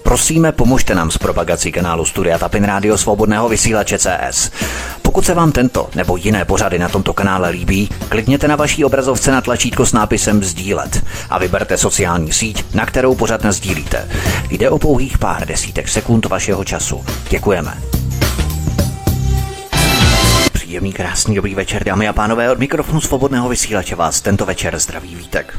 Prosíme, pomožte nám s propagací kanálu Studia Tapin Rádio Svobodného vysílače CS. Pokud se vám tento nebo jiné pořady na tomto kanále líbí, klikněte na vaší obrazovce na tlačítko s nápisem sdílet a vyberte sociální síť, na kterou pořad nasdílíte. Jde o pouhých pár desítek sekund vašeho času. Děkujeme. Příjemný, krásný, dobrý večer, dámy a pánové, od mikrofonu Svobodného vysílače vás tento večer zdraví Vítek.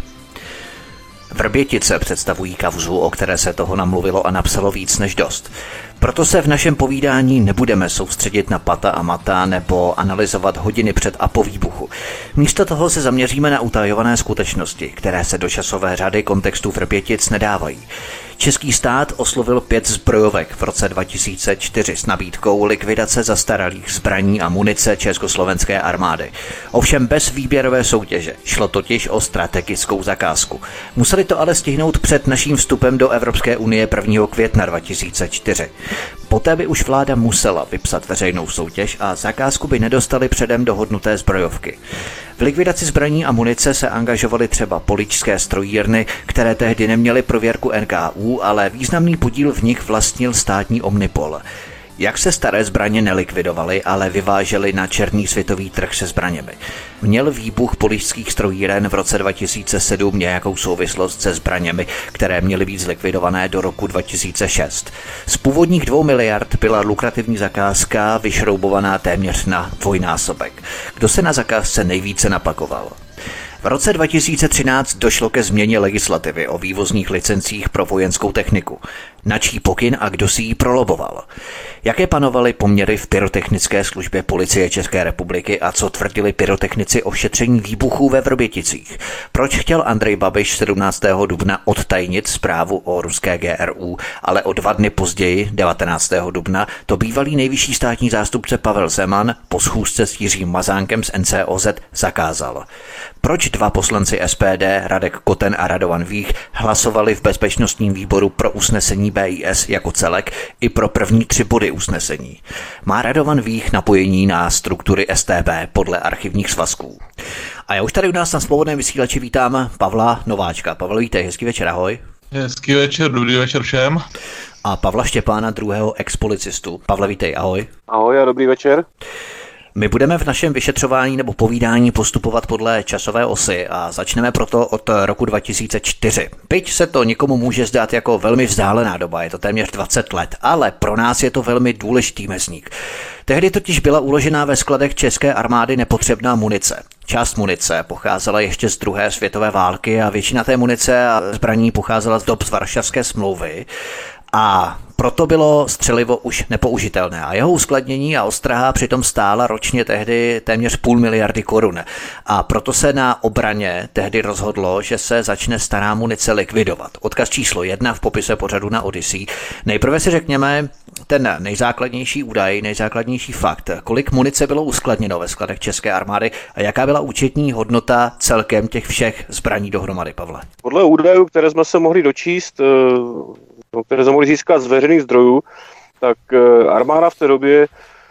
Vrbětice představují kauzu, o které se toho namluvilo a napsalo víc než dost. Proto se v našem povídání nebudeme soustředit na pata a mata nebo analyzovat hodiny před a po výbuchu. Místo toho se zaměříme na utajované skutečnosti, které se do časové řady kontextu Vrbětic nedávají. Český stát oslovil 5 zbrojovek v roce 2004 s nabídkou likvidace zastaralých zbraní a munice československé armády. Ovšem bez výběrové soutěže, šlo totiž o strategickou zakázku. Museli to ale stihnout před naším vstupem do Evropské unie 1. května 2004. Poté by už vláda musela vypsat veřejnou soutěž a zakázku by nedostali předem dohodnuté zbrojovky. V likvidaci zbraní a munice se angažovaly třeba poličské strojírny, které tehdy neměly prověrku NKÚ, ale významný podíl v nich vlastnil státní Omnipol. Jak se staré zbraně nelikvidovaly, ale vyvážely na černý světový trh se zbraněmi? Měl výbuch poličských strojíren v roce 2007 nějakou souvislost se zbraněmi, které měly být zlikvidované do roku 2006? Z původních 2 miliard byla lukrativní zakázka vyšroubovaná téměř na dvojnásobek. Kdo se na zakázce nejvíce napakoval? V roce 2013 došlo ke změně legislativy o vývozních licencích pro vojenskou techniku. Na čí pokyn a kdo si ji proloboval? Jaké panovaly poměry v pyrotechnické službě Policie České republiky a co tvrdili pyrotechnici o šetření výbuchů ve Vrběticích? Proč chtěl Andrej Babiš 17. dubna odtajnit zprávu o ruské GRU, ale o 2 dny později, 19. dubna, to bývalý nejvyšší státní zástupce Pavel Zeman po schůzce s Jiřím Mazánkem z NCOZ zakázal? Proč 2 poslanci SPD, Radek Koten a Radovan Vích, hlasovali v bezpečnostním výboru pro usnesení BIS jako celek i pro první 3 body usnesení? Má Radovan Vích napojení na struktury StB podle archivních svazků? A já už tady u nás na Svobodném vysílači vítám Pavla Nováčka. Pavel, vítej, hezký večer, ahoj. Hezký večer, dobrý večer všem. A Pavla Štěpána, druhého expolicistu. Pavle, vítej, ahoj. Ahoj a dobrý večer. My budeme v našem vyšetřování nebo povídání postupovat podle časové osy a začneme proto od roku 2004. Byť se to někomu může zdát jako velmi vzdálená doba, je to téměř 20 let, ale pro nás je to velmi důležitý mezník. Tehdy totiž byla uložená ve skladech české armády nepotřebná munice. Část munice pocházela ještě z 2. světové války a většina té munice a zbraní pocházela z dob z Varšavské smlouvy. A proto bylo střelivo už nepoužitelné a jeho uskladnění a ostraha přitom stála ročně tehdy téměř 500 miliardy korun. A proto se na obraně tehdy rozhodlo, že se začne stará munice likvidovat. Odkaz číslo 1 v popise pořadu na Odyssey. Nejprve si řekněme ten nejzákladnější údaj, nejzákladnější fakt. Kolik munice bylo uskladněno ve skladech české armády a jaká byla účetní hodnota celkem těch všech zbraní dohromady, Pavle? Podle údajů, které jsme se mohli dočíst, které jsme mohli získat z veřejných zdrojů, tak armáda v té době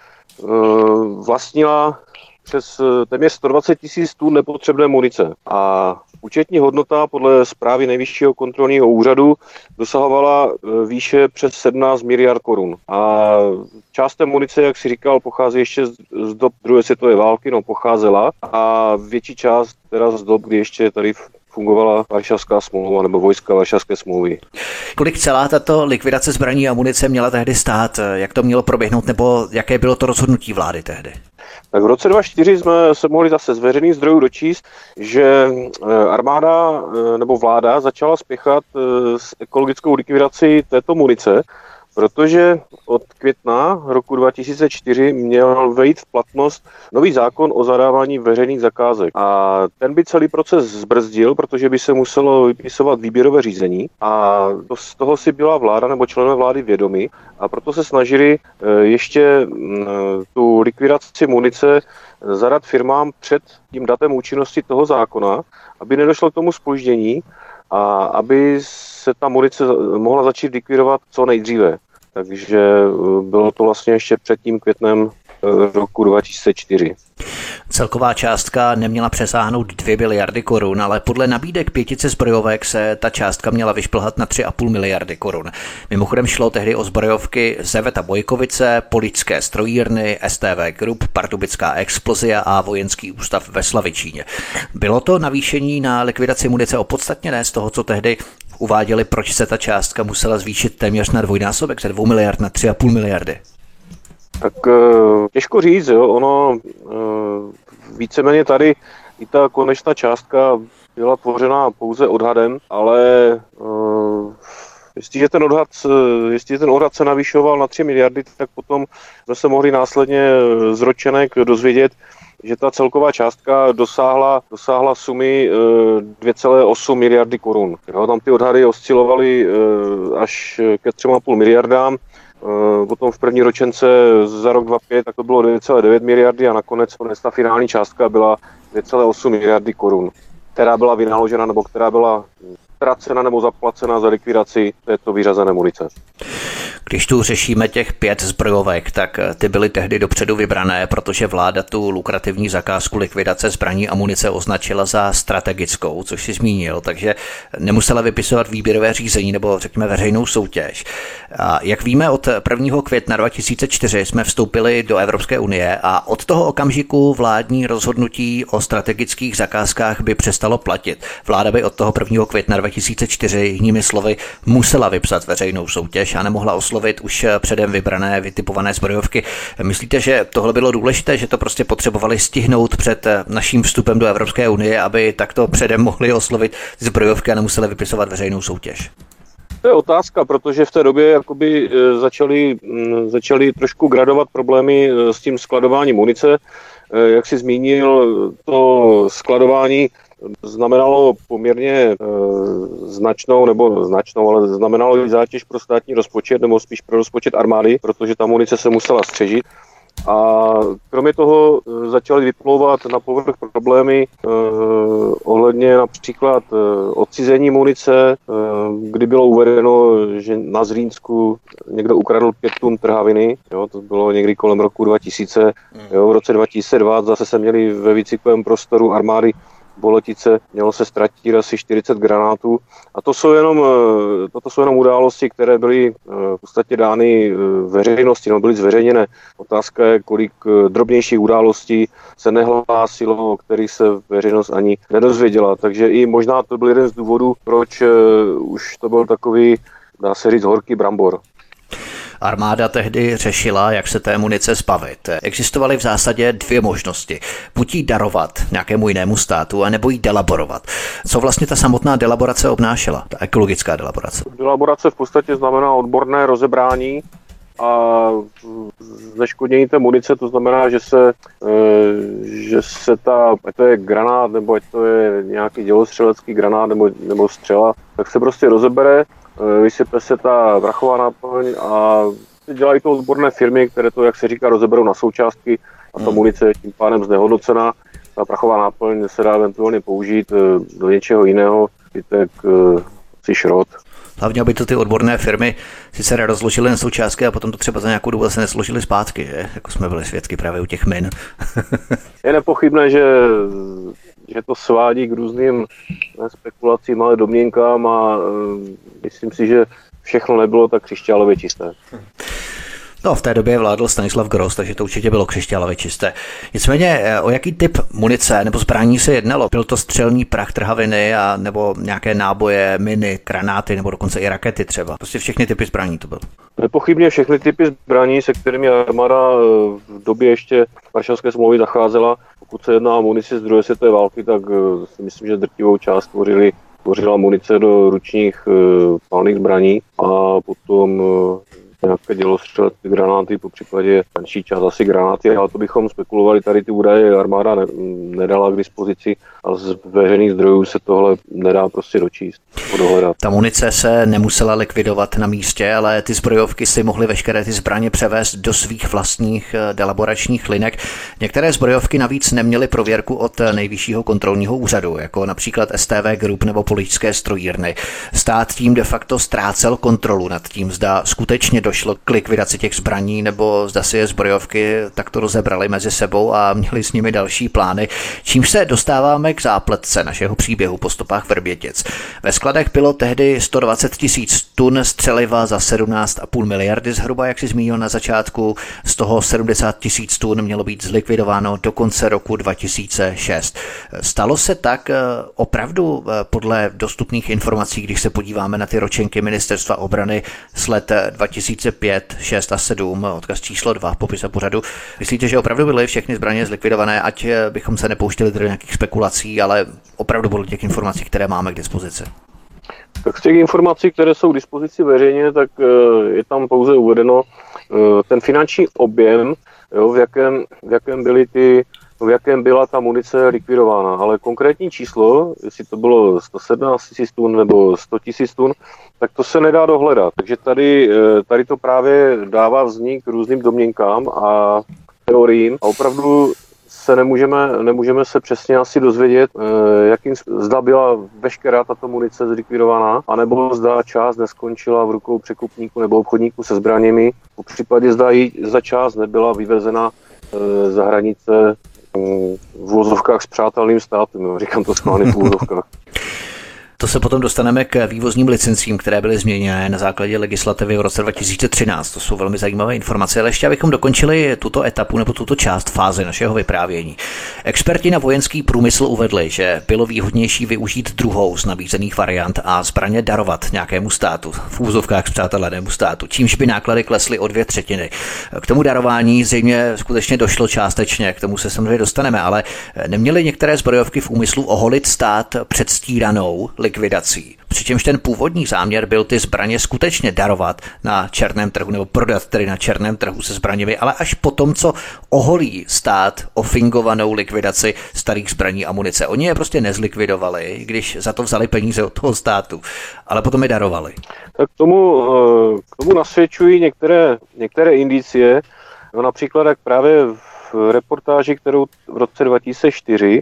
vlastnila přes téměř 120 000 tun nepotřebné munice. A účetní hodnota podle zprávy Nejvyššího kontrolního úřadu dosahovala výše přes 17 miliard korun. A část té munice, jak si říkal, pochází ještě z dob druhé světové války, pocházela. A větší část teda z dob, kdy ještě tady fungovala Varšavská smlouva nebo vojska Varšavské smlouvy. Kolik celá tato likvidace zbraní a munice měla tehdy stát? Jak to mělo proběhnout nebo jaké bylo to rozhodnutí vlády tehdy? Tak v roce 2004 jsme se mohli zase z veřejných zdrojů dočíst, že armáda nebo vláda začala spěchat s ekologickou likvidací této munice, protože od května roku 2004 měl vejít v platnost nový zákon o zadávání veřejných zakázek. A ten by celý proces zbrzdil, protože by se muselo vypisovat výběrové řízení a z toho si byla vláda nebo členové vlády vědomi a proto se snažili ještě tu likvidaci munice zadat firmám před tím datem účinnosti toho zákona, aby nedošlo k tomu zpoždění a aby se ta munice mohla začít likvidovat co nejdříve. takže bylo to vlastně ještě před tím květnem roku 2004. Celková částka neměla přesáhnout 2 miliardy korun, ale podle nabídek 5 zbrojovek se ta částka měla vyšplhat na 3,5 miliardy korun. Mimochodem šlo tehdy o zbrojovky Zeveta Bojkovice, Poličské strojírny, STV Group, Pardubická Explozia a Vojenský ústav ve Slavičíně. Bylo to navýšení na likvidaci munice opodstatněné z toho, co tehdy uváděli, proč se ta částka musela zvýšit téměř na dvojnásobek ze 2 miliard na 3,5 miliardy? Tak těžko říct, jo. Ono víceméně tady i ta konečná částka byla tvořena pouze odhadem, ale jestliže ten odhad se navýšoval na 3 miliardy, tak potom jsme se mohli následně z ročenek dozvědět, že ta celková částka dosáhla sumy 2,8 miliardy korun. Jo, tam ty odhady oscilovaly až ke 3,5 miliardám. Potom v první ročence za rok 2005 tak to bylo 2,9 miliardy a nakonec ta finální částka byla 2,8 miliardy korun, která byla vynaložena nebo která byla ztracena nebo zaplacena za likvidaci této vyřazené munice. Když tu řešíme těch 5 zbrojovek, tak ty byly tehdy dopředu vybrané, protože vláda tu lukrativní zakázku likvidace zbraní a munice označila za strategickou, což si zmínil, takže nemusela vypisovat výběrové řízení nebo řekněme veřejnou soutěž. A jak víme, od 1. května 2004 jsme vstoupili do Evropské unie a od toho okamžiku vládní rozhodnutí o strategických zakázkách by přestalo platit. Vláda by od toho 1. května 2004 jinými slovy musela vypsat veřejnou soutěž a nemohla oslovit už předem vybrané, vytipované zbrojovky. Myslíte, že tohle bylo důležité, že to prostě potřebovali stihnout před naším vstupem do Evropské unie, aby takto předem mohli oslovit zbrojovky a nemuseli vypisovat veřejnou soutěž? To je otázka, protože v té době jakoby začaly trošku gradovat problémy s tím skladováním munice. Jak jsi zmínil, to skladování znamenalo poměrně značnou, ale znamenalo i zátěž pro státní rozpočet, nebo spíš pro rozpočet armády, protože ta munice se musela střežit. A kromě toho začaly vyplouvat na povrch problémy ohledně například odcizení munice, kdy bylo uvedeno, že na Zlínsku někdo ukradl 5 tun trhaviny, jo, to bylo někdy kolem roku 2000, jo, v roce 2002 zase se měli ve výcvikovém prostoru armády Boletice, mělo se ztratit asi 40 granátů. A toto jsou jenom události, které byly v podstatě dány veřejnosti, no, byly zveřejněné. Otázka je, kolik drobnějších událostí se nehlásilo, o kterých se veřejnost ani nedozvěděla. Takže i možná to byl jeden z důvodů, proč už to byl takový, dá se říct, horký brambor. Armáda tehdy řešila, jak se té munice zbavit. Existovaly v zásadě 2 možnosti. Buď ji darovat nějakému jinému státu, anebo ji delaborovat. Co vlastně ta samotná delaborace obnášela? Ta ekologická delaborace. Delaborace v podstatě znamená odborné rozebrání a zneškodnění té munice, to znamená, že se ať to je granát, nebo ať to je nějaký dělostřelecký granát nebo střela, tak se prostě rozebere, vysype se ta prachová náplň a dělají to odborné firmy, které to, jak se říká, rozeberou na součástky a ta munice je tím pádem znehodnocená. Ta prachová náplň se dá eventuálně použít do něčeho jiného, zbytek si šrot. Hlavně, aby to ty odborné firmy sice rozložily na součástky a potom to třeba za nějakou dobu se nesložily zpátky, že? Jako jsme byli svědky právě u těch min. Je nepochybné, že to svádí k různým spekulacím, ale domněnkám a myslím si, že všechno nebylo tak křišťálově čisté. No, v té době vládl Stanislav Gross, takže to určitě bylo křišťálově čisté. Nicméně, o jaký typ munice nebo zbraní se jednalo? Byl to střelný prach, trhaviny a nebo nějaké náboje, miny, granáty nebo dokonce i rakety třeba? Prostě všechny typy zbraní to bylo. Nepochybně všechny typy zbraní, se kterými armáda v době ještě Varšavské smlouvy zacházela. Pokud se jedná o munici z druhé světové války, tak si myslím, že drtivou část tvořila munice do ručních palných zbraní a potom nějaké dělostřelecké granáty, po případě menší část asi granáty, ale to bychom spekulovali, tady ty údaje armáda nedala k dispozici a z veřejných zdrojů se tohle nedá prostě dočíst, dohledat. Ta munice se nemusela likvidovat na místě, ale ty zbrojovky si mohly veškeré ty zbraně převést do svých vlastních delaboračních linek. Některé zbrojovky navíc neměly prověrku od nejvyššího kontrolního úřadu, jako například STV Group nebo Poličské strojírny. Stát tím de facto ztrácel kontrolu nad tím, zda skutečně došlo došlo k likvidaci těch zbraní, nebo zda si je zbrojovky takto rozebrali mezi sebou a měli s nimi další plány. Čímž se dostáváme k zápletce našeho příběhu po stopách Vrbětic. Ve skladech bylo tehdy 120 000 tun střeliva za 17,5 miliardy zhruba, jak si zmínil na začátku. Z toho 70 000 tun mělo být zlikvidováno do konce roku 2006. Stalo se tak opravdu podle dostupných informací, když se podíváme na ty ročenky Ministerstva obrany z let 2005, 6 a 7, odkaz číslo 2 v popise pořadu. Myslíte, že opravdu byly všechny zbraně zlikvidované, ať bychom se nepouštěli do nějakých spekulací, ale opravdu podle těch informací, které máme k dispozici? Tak z těch informací, které jsou k dispozici veřejně, tak je tam pouze uvedeno ten finanční objem, jo, v jakém byla ta munice likvidována, ale konkrétní číslo, jestli to bylo 117 000 tun nebo 100 000 tun, tak to se nedá dohledat. Takže tady to právě dává vznik různým domněnkám a teoriím a opravdu se nemůžeme se přesně asi dozvědět, zda byla veškerá tato munice zlikvidovaná, anebo zda část neskončila v rukou překupníků nebo obchodníků se zbraněmi. Po případě zda část nebyla vyvezena za hranice v uvozovkách s přátelným státem. Říkám to schválně v uvozovkách. To se potom dostaneme k vývozním licencím, které byly změněné na základě legislativy v roce 2013. To jsou velmi zajímavé informace, ale ještě abychom dokončili tuto etapu nebo tuto část fáze našeho vyprávění. Experti na vojenský průmysl uvedli, že bylo výhodnější využít druhou z nabízených variant a zbraně darovat nějakému státu, v úzovkách spřátelenému státu, čímž by náklady klesly o 2/3. K tomu darování zřejmě skutečně došlo částečně, k tomu se samozřejmě dostaneme, ale neměly některé zbrojovky v úmyslu oholit stát předstíranou likvidací. Přičemž ten původní záměr byl ty zbraně skutečně darovat na černém trhu nebo prodat tedy na černém trhu se zbraněmi, ale až po tom, co oholí stát o fingovanou likvidaci starých zbraní a munice. Oni je prostě nezlikvidovali, když za to vzali peníze od toho státu, ale potom je darovali. Tak k tomu nasvědčují některé indicie, no například jak právě v reportáži, kterou v roce 2004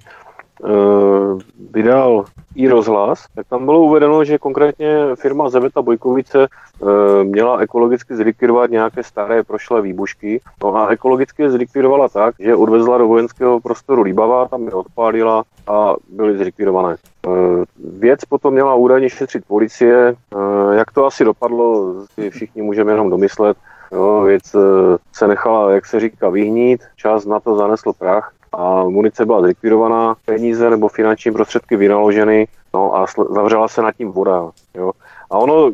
vydal iRozhlas, tak tam bylo uvedeno, že konkrétně firma Zeveta Bojkovice měla ekologicky zlikvidovat nějaké staré prošlé výbušky. No a ekologicky je zlikvidovala tak, že odvezla do vojenského prostoru Libava, tam je odpálila a byly zlikvidované. Věc potom měla údajně šetřit policie. Jak to asi dopadlo, si všichni můžeme jenom domyslet. Jo, věc se nechala, jak se říká, vyhnít, čas na to zanesl prach a munice byla zlikvidovaná, peníze nebo finanční prostředky vynaloženy, no a zavřela se nad tím voda. Jo. A ono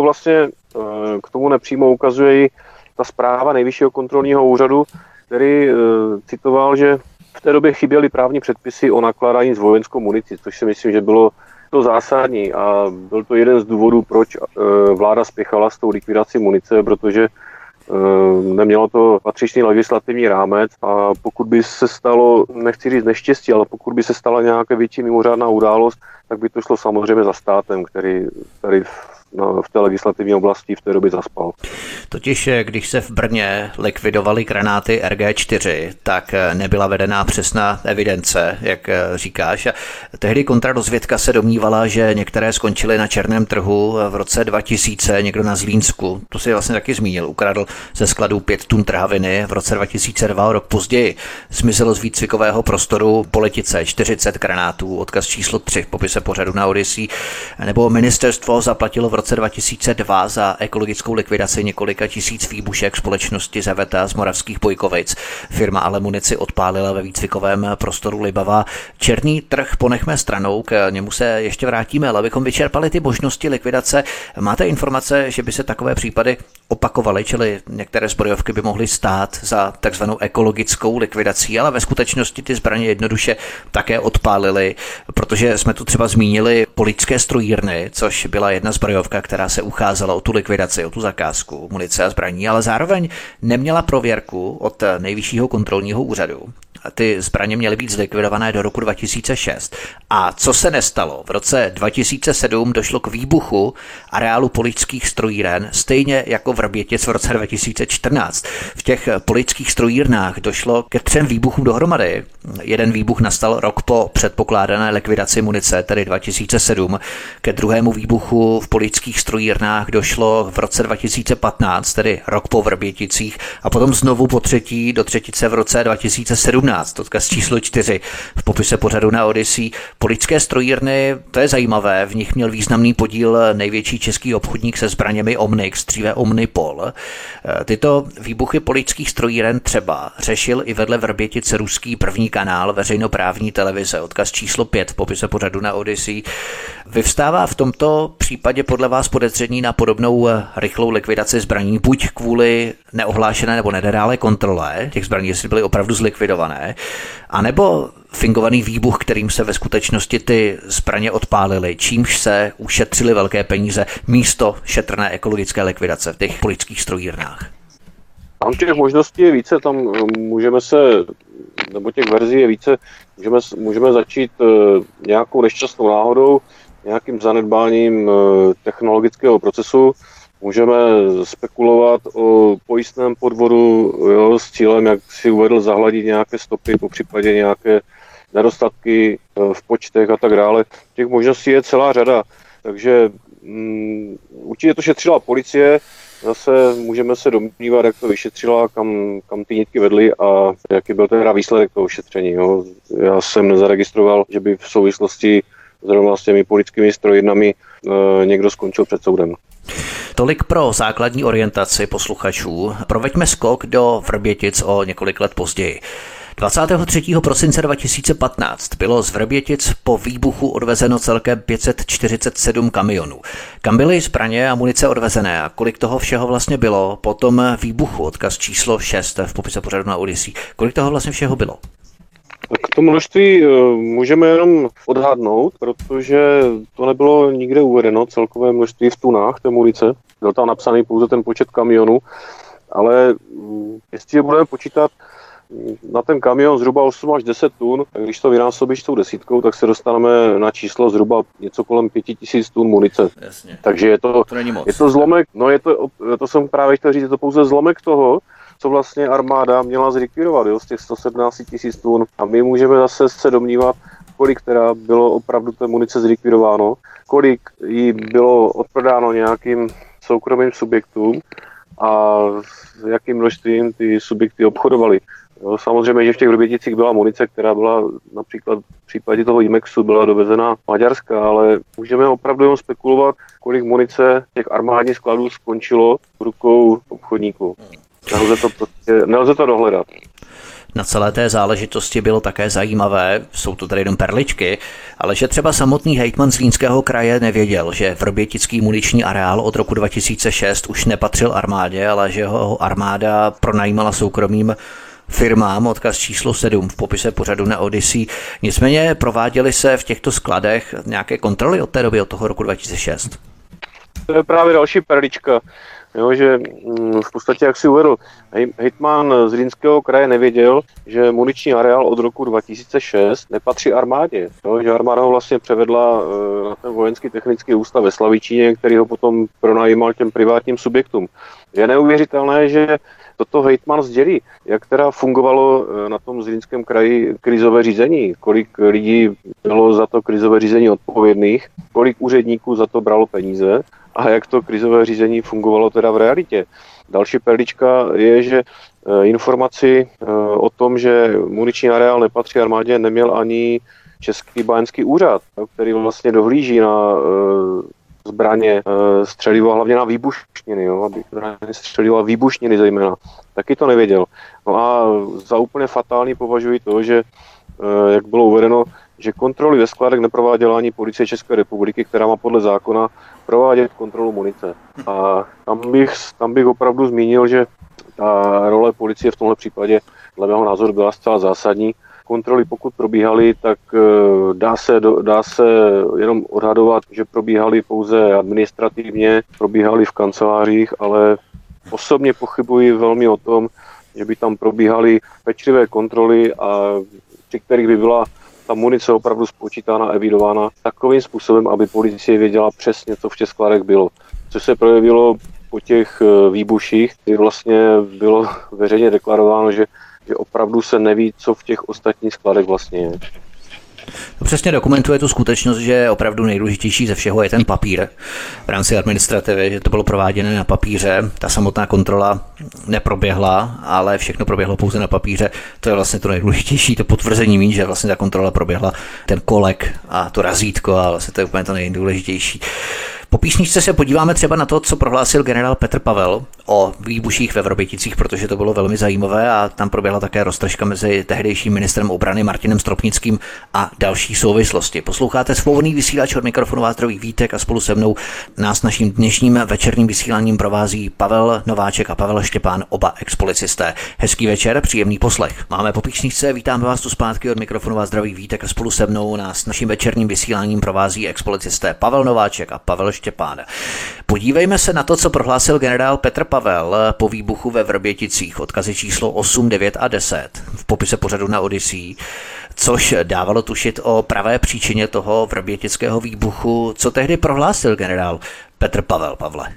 k tomu nepřímo ukazuje i ta zpráva Nejvyššího kontrolního úřadu, který citoval, že v té době chyběly právní předpisy o nakládání s vojenskou municí, což si myslím, že bylo to zásadní a byl to jeden z důvodů, proč vláda spěchala s tou likvidací munice, protože nemělo to patřičný legislativní rámec a pokud by se stalo, nechci říct neštěstí, ale pokud by se stala nějaká větší mimořádná událost, tak by to šlo samozřejmě za státem, který tady v té legislativní oblasti v té době zaspal. Totiž, když se v Brně likvidovaly granáty RG4, tak nebyla vedená přesná evidence, jak říkáš. A tehdy kontrarozvědka se domnívala, že některé skončily na černém trhu v roce 2000, někdo na Zlínsku. To si vlastně taky zmínil. Ukradl ze skladů 5 tun trhaviny. V roce 2002, rok později, zmizelo z výcvikového prostoru Politice 40 granátů, odkaz číslo 3 v popise pořadu na Odyssey. Nebo ministerstvo zaplatilo v roce 2002 za ekologickou likvidaci několika tisíc výbušek společnosti Zeveta z Moravských Bojkovic. Firma ale munici odpálila ve výcvikovém prostoru Libava. Černý trh ponechme stranou, k němu se ještě vrátíme, ale abychom vyčerpali ty možnosti likvidace. Máte informace, že by se takové případy opakovaly, čili některé zbrojovky by mohly stát za takzvanou ekologickou likvidací, ale ve skutečnosti ty zbraně jednoduše také odpálily, protože jsme tu třeba zmínili Poličské strojírny, což byla jedna zbrojovka, která se ucházela o tu likvidaci, o tu zakázku munice a zbraní, ale zároveň neměla prověrku od Nejvyššího kontrolního úřadu. ty zbraně měly být zlikvidované do roku 2006. A co se nestalo? V roce 2007 došlo k výbuchu areálu Poličských strojíren, stejně jako v Vrbětic v roce 2014. V těch Poličských strojírnách došlo ke 3 výbuchům dohromady. Jeden výbuch nastal rok po předpokládané likvidaci munice, tedy 2007. Ke druhému výbuchu v Poličských strojírnách došlo v roce 2015, tedy rok po Vrběticích, a potom znovu po třetí do třetice v roce 2017. Odkaz číslo 4 v popise pořadu na Odyssey. Poličské strojírny, to je zajímavé, v nich měl významný podíl největší český obchodník se zbraněmi Omnix, dříve Omnipol. Tyto výbuchy Poličských strojíren třeba řešil i vedle Vrbětic ruský první kanál veřejnoprávní televize, odkaz číslo 5 v popise pořadu na Odyssey. Vyvstává v tomto případě podle vás podezření na podobnou rychlou likvidaci zbraní, buď kvůli neohlášené nebo nedále kontrole těch zbraní, jestli byly opravdu zlikvidované, anebo fingovaný výbuch, kterým se ve skutečnosti ty zbraně odpálily, čímž se ušetřily velké peníze místo šetrné ekologické likvidace v těch Poličských strojírnách? Tam těch možností je více, tam můžeme se, nebo těch verzí je více, můžeme začít nějakou nešťastnou náhodou, nějakým zanedbáním technologického procesu, můžeme spekulovat o pojistném podvodu, jo, s cílem, jak si uvedl, zahladit nějaké stopy, popřípadě nějaké nedostatky v počtech a tak dále. Těch možností je celá řada, takže určitě to šetřila policie, zase můžeme se domnívat, jak to vyšetřila, kam ty nitky vedly a jaký byl teda výsledek toho šetření. Jo. Já jsem nezaregistroval, že by v souvislosti zrovna s těmi Poličskými strojírnami někdo skončil před soudem. Tolik pro základní orientaci posluchačů. Proveďme skok do Vrbětic o několik let později. 23. prosince 2015 bylo z Vrbětic po výbuchu odvezeno celkem 547 kamionů. Kam byly zbraně a munice odvezené a kolik toho všeho vlastně bylo po tom výbuchu, odkaz číslo 6 v popise pořadu na Odyssey, kolik toho vlastně všeho bylo? K tomu množství můžeme jenom odhadnout, protože to nebylo nikde uvedeno, celkové množství v tunách té munice. Byl tam napsaný pouze ten počet kamionů, ale jestli budeme počítat na ten kamion zhruba 8 až 10 tun, tak když to vynásobíš tou desítkou, tak se dostaneme na číslo zhruba něco kolem 5000 tun munice. Jasně. Takže to není moc. Je to zlomek, no to jsem právě chtěl říct, je to pouze zlomek toho, co vlastně armáda měla zlikvidovat, jo, z těch 117 000 tun. A my můžeme zase se domnívat, kolik teda bylo opravdu té munice zlikvidováno, kolik jí bylo odprodáno nějakým soukromým subjektům a s jakým množstvím ty subjekty obchodovaly. Jo, samozřejmě, že v těch Vrběticích byla munice, která byla například v případě toho Imexu byla dovezena Maďarska, ale můžeme opravdu jenom spekulovat, kolik munice těch armádních skladů skončilo v rukou obchodníků. Nelze to dohledat. Na celé té záležitosti bylo také zajímavé, jsou to tady jenom perličky, ale že třeba samotný hejtman Zlínského kraje nevěděl, že vrbětický muniční areál od roku 2006 už nepatřil armádě, ale že ho armáda pronajímala soukromým firmám, odkaz číslo 7 v popise pořadu na Odyssey. Nicméně prováděly se v těchto skladech nějaké kontroly od té doby, od toho roku 2006? To je právě další perlička. Jo, že v podstatě, jak si uvedl, hejtman Zlínského kraje nevěděl, že muniční areál od roku 2006 nepatří armádě. Jo, že armáda ho vlastně převedla na ten vojenský technický ústav ve Slavičíně, který ho potom pronajímal těm privátním subjektům. Je neuvěřitelné, že toto hejtman sdělí, jak teda fungovalo na tom Zlínském kraji krizové řízení, kolik lidí bylo za to krizové řízení odpovědných, kolik úředníků za to bralo peníze a jak to krizové řízení fungovalo teda v realitě. Další perlička je, že informaci o tom, že muniční areál nepatří armádě, neměl ani Český báňský úřad, který vlastně dohlíží na zbraně, střelivo, hlavně na výbušniny, jo, aby střelivo výbušniny zejména. Taky to nevěděl. No a za úplně fatální považuji to, že, jak bylo uvedeno, že kontroly ve skladech neprováděla ani Policie České republiky, která má podle zákona provádět kontrolu munice. A tam bych opravdu zmínil, že ta role policie v tomhle případě, dle mého názoru, byla zcela zásadní. Kontroly, pokud probíhaly, tak dá se jenom odhadovat, že probíhaly pouze administrativně, probíhaly v kancelářích, ale osobně pochybuji velmi o tom, že by tam probíhaly pečlivé kontroly a při kterých by byla ta munice opravdu spočítána, evidována takovým způsobem, aby policie věděla přesně, co v těch skladech bylo. Což se projevilo po těch výbuších, kdy vlastně bylo veřejně deklarováno, že opravdu se neví, co v těch ostatních skladech vlastně je. To přesně dokumentuje tu skutečnost, že opravdu nejdůležitější ze všeho je ten papír v rámci administrativy, že to bylo prováděné na papíře, ta samotná kontrola neproběhla, ale všechno proběhlo pouze na papíře. To je vlastně to nejdůležitější, to potvrzení mít, že vlastně ta kontrola proběhla, ten kolek a to razítko a vlastně to je úplně to nejdůležitější. Po písničce se podíváme třeba na to, co prohlásil generál Petr Pavel o výbuších ve Vrběticích, protože to bylo velmi zajímavé a tam proběhla také roztržka mezi tehdejším ministrem obrany Martinem Stropnickým a další souvislosti. Posloucháte Svobodný vysílač, od mikrofonu vás zdraví Vítek a spolu se mnou nás naším dnešním večerním vysíláním provází Pavel Nováček a Pavel Štěpán, oba expolicisté. Hezký večer, příjemný poslech. Máme po písničce, vítáme vás tu zpátky, od mikrofonu vás zdraví Vítek a spolu se mnou nás naším večerním vysíláním provází expolicisté Pavel Nováček a Pavel Štěpán. Podívejme se na to, co prohlásil generál Petr Pavel po výbuchu ve Vrběticích, odkazy číslo 8, 9 a 10 v popise pořadu na Odyssey, což dávalo tušit o pravé příčině toho vrbětického výbuchu. Co tehdy prohlásil generál Petr Pavel, Pavle?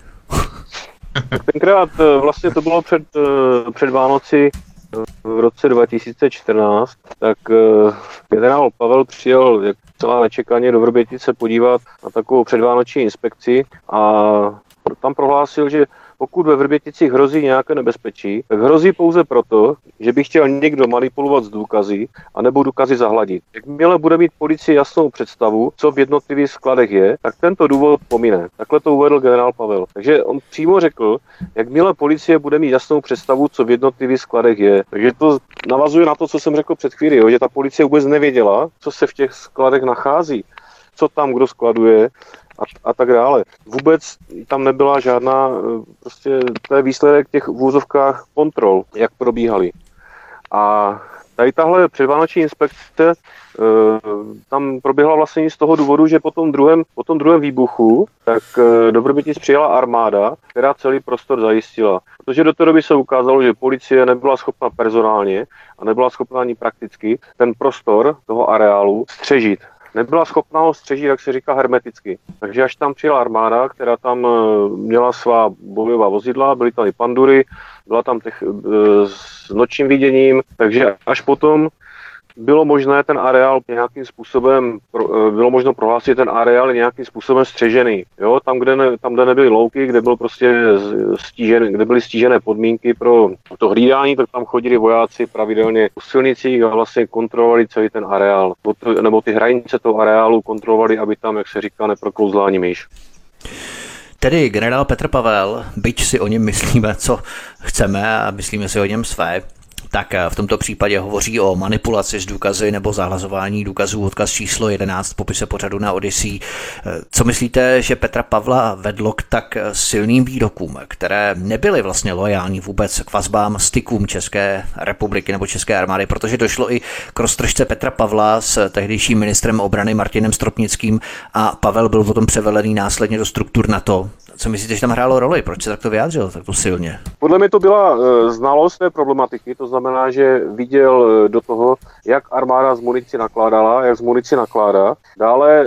Tenkrát vlastně to bylo před Vánoci v roce 2014, tak generál Pavel přijel celá nečekaně do Vrbětic se podívat na takovou předvánoční inspekci a tam prohlásil, že pokud ve Vrběticích hrozí nějaké nebezpečí, tak hrozí pouze proto, že by chtěl někdo manipulovat s důkazy anebo důkazy zahladit. Jakmile bude mít policie jasnou představu, co v jednotlivých skladech je, tak tento důvod pomine. Takhle to uvedl generál Pavel. Takže on přímo řekl, jakmile policie bude mít jasnou představu, co v jednotlivých skladech je. Takže to navazuje na to, co jsem řekl před chvílí, že ta policie vůbec nevěděla, co se v těch skladech nachází, co tam kdo skladuje a tak dále. Vůbec tam nebyla žádná, prostě to je výsledek těch v úzovkách kontrol, jak probíhaly. A tady tahle předvánoční inspekce tam proběhla vlastně z toho důvodu, že po tom druhém výbuchu tak do Vrbětic přijela armáda, která celý prostor zajistila. Protože do té doby se ukázalo, že policie nebyla schopna personálně a nebyla schopna ani prakticky ten prostor toho areálu střežit. Nebyla schopná ho střežit, jak se říká, hermeticky. Takže až tam přijela armáda, která tam měla svá bojová vozidla, byly tam i pandury, byla tam s nočním viděním, takže až potom bylo možné ten areál nějakým způsobem, bylo možno prohlásit ten areál nějakým způsobem střežený. Jo, tam, kde nebyly louky, kde byl prostě kde byly stížené podmínky pro to hlídání, tak tam chodili vojáci pravidelně po silnicích a vlastně kontrolovali celý ten areál. Nebo ty hranice toho areálu kontrolovali, aby tam, jak se říká, neproklouzla ani myš. Tedy generál Petr Pavel, byť si o něm myslíme, co chceme a myslíme si o něm své, tak v tomto případě hovoří o manipulaci s důkazy nebo zahlazování důkazů, odkaz číslo 11 v popise pořadu na Odyssey. Co myslíte, že Petra Pavla vedlo k tak silným výrokům, které nebyly vlastně loajální vůbec k vazbám, stykům České republiky nebo České armády, protože došlo i k roztržce Petra Pavla s tehdejším ministrem obrany Martinem Stropnickým a Pavel byl potom převelený následně do struktur NATO. Co myslíte, že tam hrálo roli? Proč se takto vyjádřil takto silně? Podle mě to byla znalost té problematiky, to znamená, že viděl do toho, jak armáda z munici nakládala, jak z munici nakládá. Dále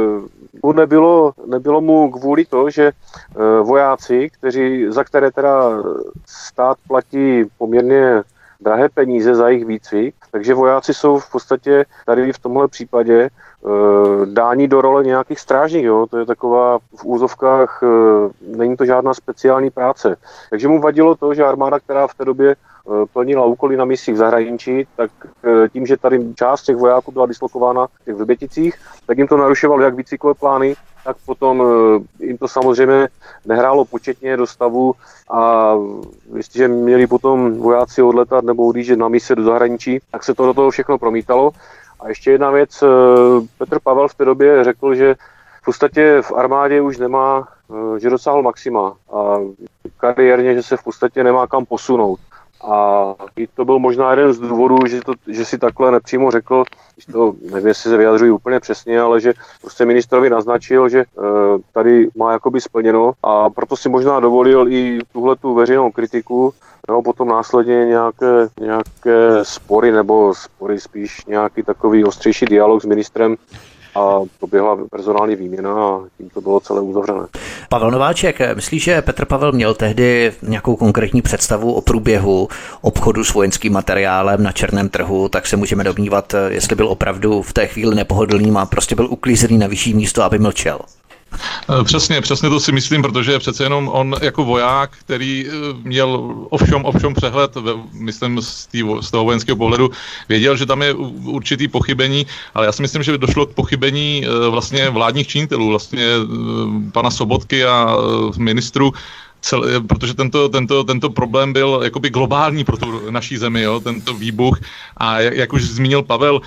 nebylo mu kvůli to, že vojáci, za které teda stát platí poměrně drahé peníze za jejich výcvik, takže vojáci jsou v podstatě tady v tomhle případě dání do role nějakých strážníků, jo? To je taková v úzovkách, není to žádná speciální práce. Takže mu vadilo to, že armáda, která v té době plnila úkoly na misích v zahraničí, tak tím, že tady část těch vojáků byla dislokována v těch Vrběticích, tak jim to narušovalo jak výcvikové plány, tak potom jim to samozřejmě nehrálo početně do stavu a jestliže měli potom vojáci odletat nebo odjíždět na mise do zahraničí, tak se to do toho všechno promítalo. A ještě jedna věc, Petr Pavel v té době řekl, že v podstatě v armádě už nemá, že dosáhl maxima a kariérně, že se v podstatě nemá kam posunout. A i to byl možná jeden z důvodů, že si takhle nepřímo řekl, když to nevím, jestli se vyjadřují úplně přesně, ale že prostě ministrovi naznačil, že tady má jakoby splněno a proto si možná dovolil i tuhletu veřejnou kritiku, nebo potom následně nějaké spory, spíš nějaký takový ostřejší dialog s ministrem a proběhla personální výměna a tím to bylo celé uzavřené. Pavel Nováček, myslíš, že Petr Pavel měl tehdy nějakou konkrétní představu o průběhu obchodu s vojenským materiálem na černém trhu, tak se můžeme domnívat, jestli byl opravdu v té chvíli nepohodlný a prostě byl uklízený na vyšší místo, aby mlčel? Přesně to si myslím, protože přece jenom on jako voják, který měl ovšem přehled, myslím z toho vojenského pohledu, věděl, že tam je určitý pochybení, ale já si myslím, že došlo k pochybení vlastně vládních činitelů, vlastně pana Sobotky a ministru, protože tento problém byl jakoby globální pro tu naší zemi, jo, tento výbuch. A jak už zmínil Pavel,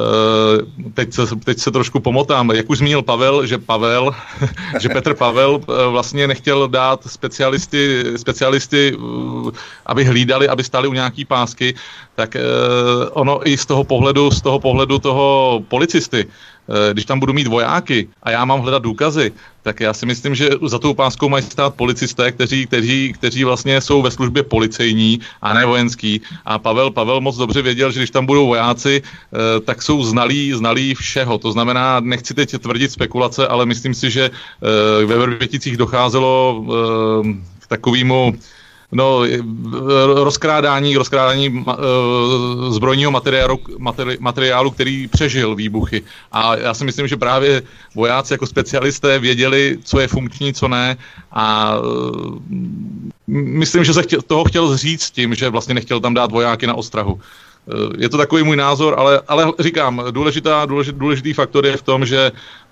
teď se trošku pomotám, jak už zmínil Pavel, že Petr Pavel vlastně nechtěl dát specialisty, aby hlídali, aby stáli u nějaký pásky, tak ono i z toho pohledu toho policisty, když tam budu mít vojáky a já mám hledat důkazy, tak já si myslím, že za tou páskou mají stát policisté, kteří vlastně jsou ve službě policejní a ne vojenský. A Pavel moc dobře věděl, že když tam budou vojáci, tak jsou znalí všeho. To znamená, nechci teď tvrdit spekulace, ale myslím si, že ve Vrběticích docházelo k takovému rozkrádání zbrojního materiálu, který přežil výbuchy. A já si myslím, že právě vojáci jako specialisté věděli, co je funkční, co ne. A myslím, že se toho chtěl zříct tím, že vlastně nechtěl tam dát vojáky na ostrahu. Je to takový můj názor, ale říkám, důležitý faktor je v tom, že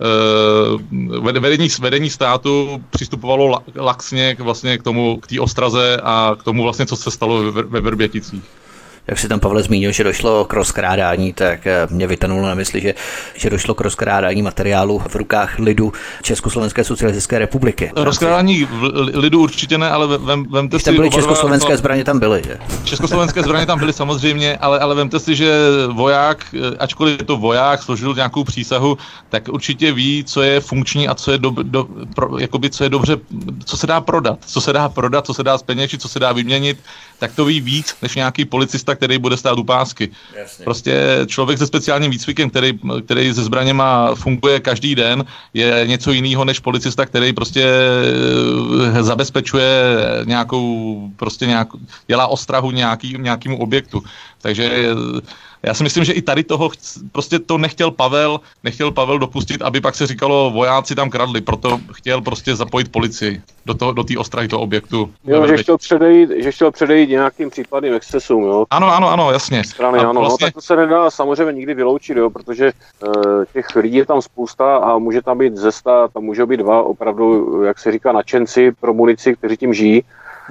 vedení státu přistupovalo laxně vlastně k té ostraze a k tomu vlastně, co se stalo ve Vrběticích. Jak si tam Pavel zmínil, že došlo k rozkrádání, tak mě vytanulo na mysli, že došlo k rozkrádání materiálu v rukách lidu Československé socialistické republiky. Rozkrádání lidu určitě ne, ale vemte si... Tam byly československé zbraně, tam byly, že? Československé zbraně tam byly samozřejmě, ale vemte si, že voják, ačkoliv je to voják, složil nějakou přísahu, tak určitě ví, co je funkční a co je co je dobře, co se dá prodat, co se dá zpeněžit, co se dá vyměnit, tak to ví víc než nějaký policista, který bude stát u pásky. Jasně. Prostě člověk se speciálním výcvikem, který se zbraněma funguje každý den, je něco jiného než policista, který prostě zabezpečuje dělá ostrahu nějakému objektu. Takže já si myslím, že i tady toho prostě to nechtěl Pavel dopustit, aby pak se říkalo, vojáci tam kradli, proto chtěl prostě zapojit policii do té ostrahy toho objektu. Jo, že chtěl předejít nějakým případným excesům, jo. Ano, jasně. Ano, vlastně... tak to se nedá samozřejmě nikdy vyloučit, jo, protože těch lidí je tam spousta a může tam být ze 100, tam může být 2 opravdu, jak se říká, nadšenci pro munici, kteří tím žijí.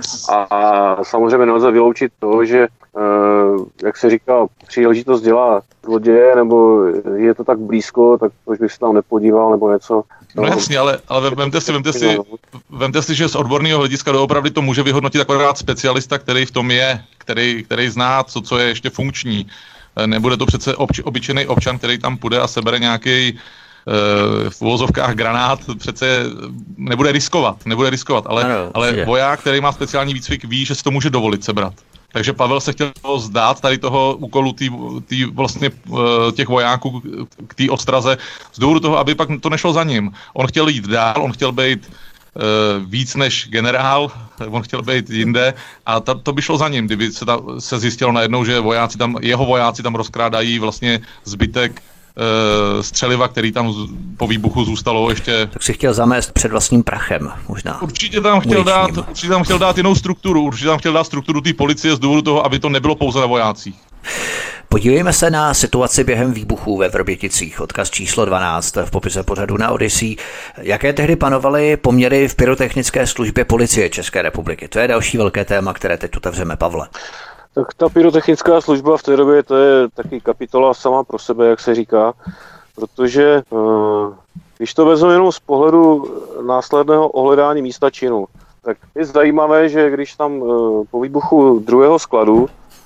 A samozřejmě nelze vyloučit to, že jak se říká, příležitost dělá zloděje, nebo je to tak blízko, tak proč bych se tam nepodíval, nebo něco. No jasně, ale vemte si, že z odborného hlediska doopravdy to může vyhodnotit akorát specialista, který v tom je, který zná, co je ještě funkční. Nebude to přece obyčejný občan, který tam půjde a sebere nějaký v uvozovkách granát, přece nebude riskovat, ale voják, který má speciální výcvik, ví, že si to může dovolit sebrat. Takže Pavel se chtěl zdát tady toho úkolu vlastně těch vojáků k té ostraze z důvodu toho, aby pak to nešlo za ním. On chtěl jít dál, on chtěl být víc než generál, on chtěl být jinde a to by šlo za ním, kdyby se zjistilo najednou, že jeho vojáci tam rozkrádají vlastně zbytek střeliva, který tam po výbuchu zůstalo ještě. Tak si chtěl zamést před vlastním prachem, možná. Určitě tam chtěl dát jinou strukturu, určitě tam chtěl dát strukturu té policie z důvodu toho, aby to nebylo pouze na vojácích. Podívejme se na situaci během výbuchů ve Vrběticích, odkaz číslo 12 v popise pořadu na Odyssey. Jaké tehdy panovaly poměry v pyrotechnické službě policie České republiky? To je další velké téma, které teď otevřeme, Pavle. Tak ta pyrotechnická služba v té době, to je taky kapitola sama pro sebe, jak se říká, protože když to vezmu jenom z pohledu následného ohledání místa činu, tak je zajímavé, že když tam po výbuchu druhého skladu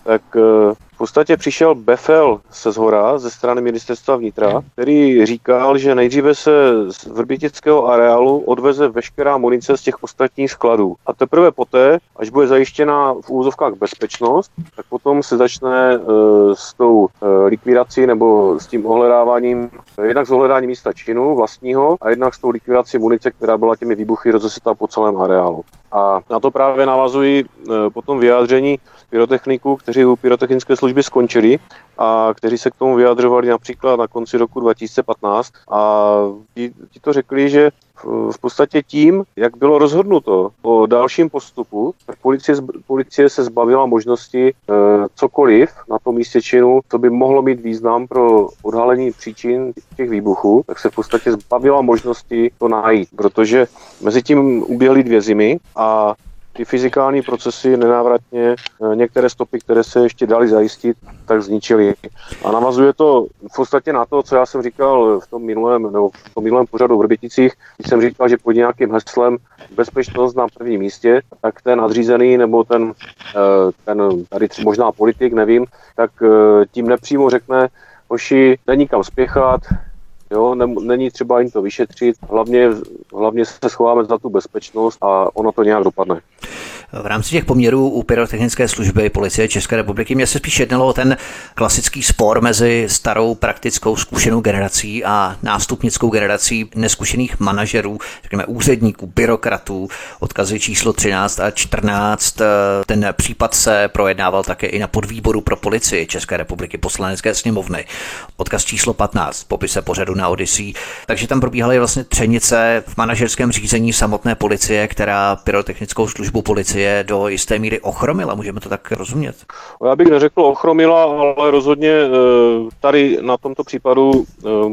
tak v podstatě přišel befel se zhora ze strany ministerstva vnitra, který říkal, že nejdříve se z vrbětického areálu odveze veškerá munice z těch ostatních skladů. A teprve poté, až bude zajištěna v úvozovkách bezpečnost, tak potom se začne s tou likvidací nebo s tím ohledáváním, jednak s ohledáním místa činu vlastního a jednak s tou likvidací munice, která byla těmi výbuchy rozesetá po celém areálu. A na to právě navazují potom vyjádření pyrotechniků, kteří u pyrotechnické služby skončili a kteří se k tomu vyjadřovali například na konci roku 2015 a ti to řekli, že v podstatě tím, jak bylo rozhodnuto o dalším postupu, tak policie se zbavila možnosti cokoliv na tom místě činu, co by mohlo mít význam pro odhalení příčin těch výbuchů, tak se v podstatě zbavila možnosti to najít, protože mezi tím uběhly 2 zimy a ty fyzikální procesy nenávratně některé stopy, které se ještě daly zajistit, tak zničily. A navazuje to v podstatě na to, co já jsem říkal v tom minulém pořadu v Vrběticích, když jsem říkal, že pod nějakým heslem bezpečnost na prvním místě, tak ten nadřízený nebo ten tady možná politik, nevím, tak tím nepřímo řekne, hoši, není kam spěchat, jo, není třeba jim to vyšetřit, hlavně se schováme za tu bezpečnost a ono to nějak dopadne. V rámci těch poměrů u pyrotechnické služby Policie České republiky mě se spíš jednalo o ten klasický spor mezi starou praktickou zkušenou generací a nástupnickou generací neskušených manažerů, řekněme úředníků, byrokratů, odkazy číslo 13 a 14. Ten případ se projednával také i na podvýboru pro Policii České republiky Poslanecké sněmovny. Odkaz číslo 15 v popise pořadu na Odyssey. Takže tam probíhaly vlastně třenice v manažerském řízení samotné policie, která pyrotechnickou službu policie do jisté míry ochromila. Můžeme to tak rozumět? Já bych neřekl ochromila, ale rozhodně tady na tomto případu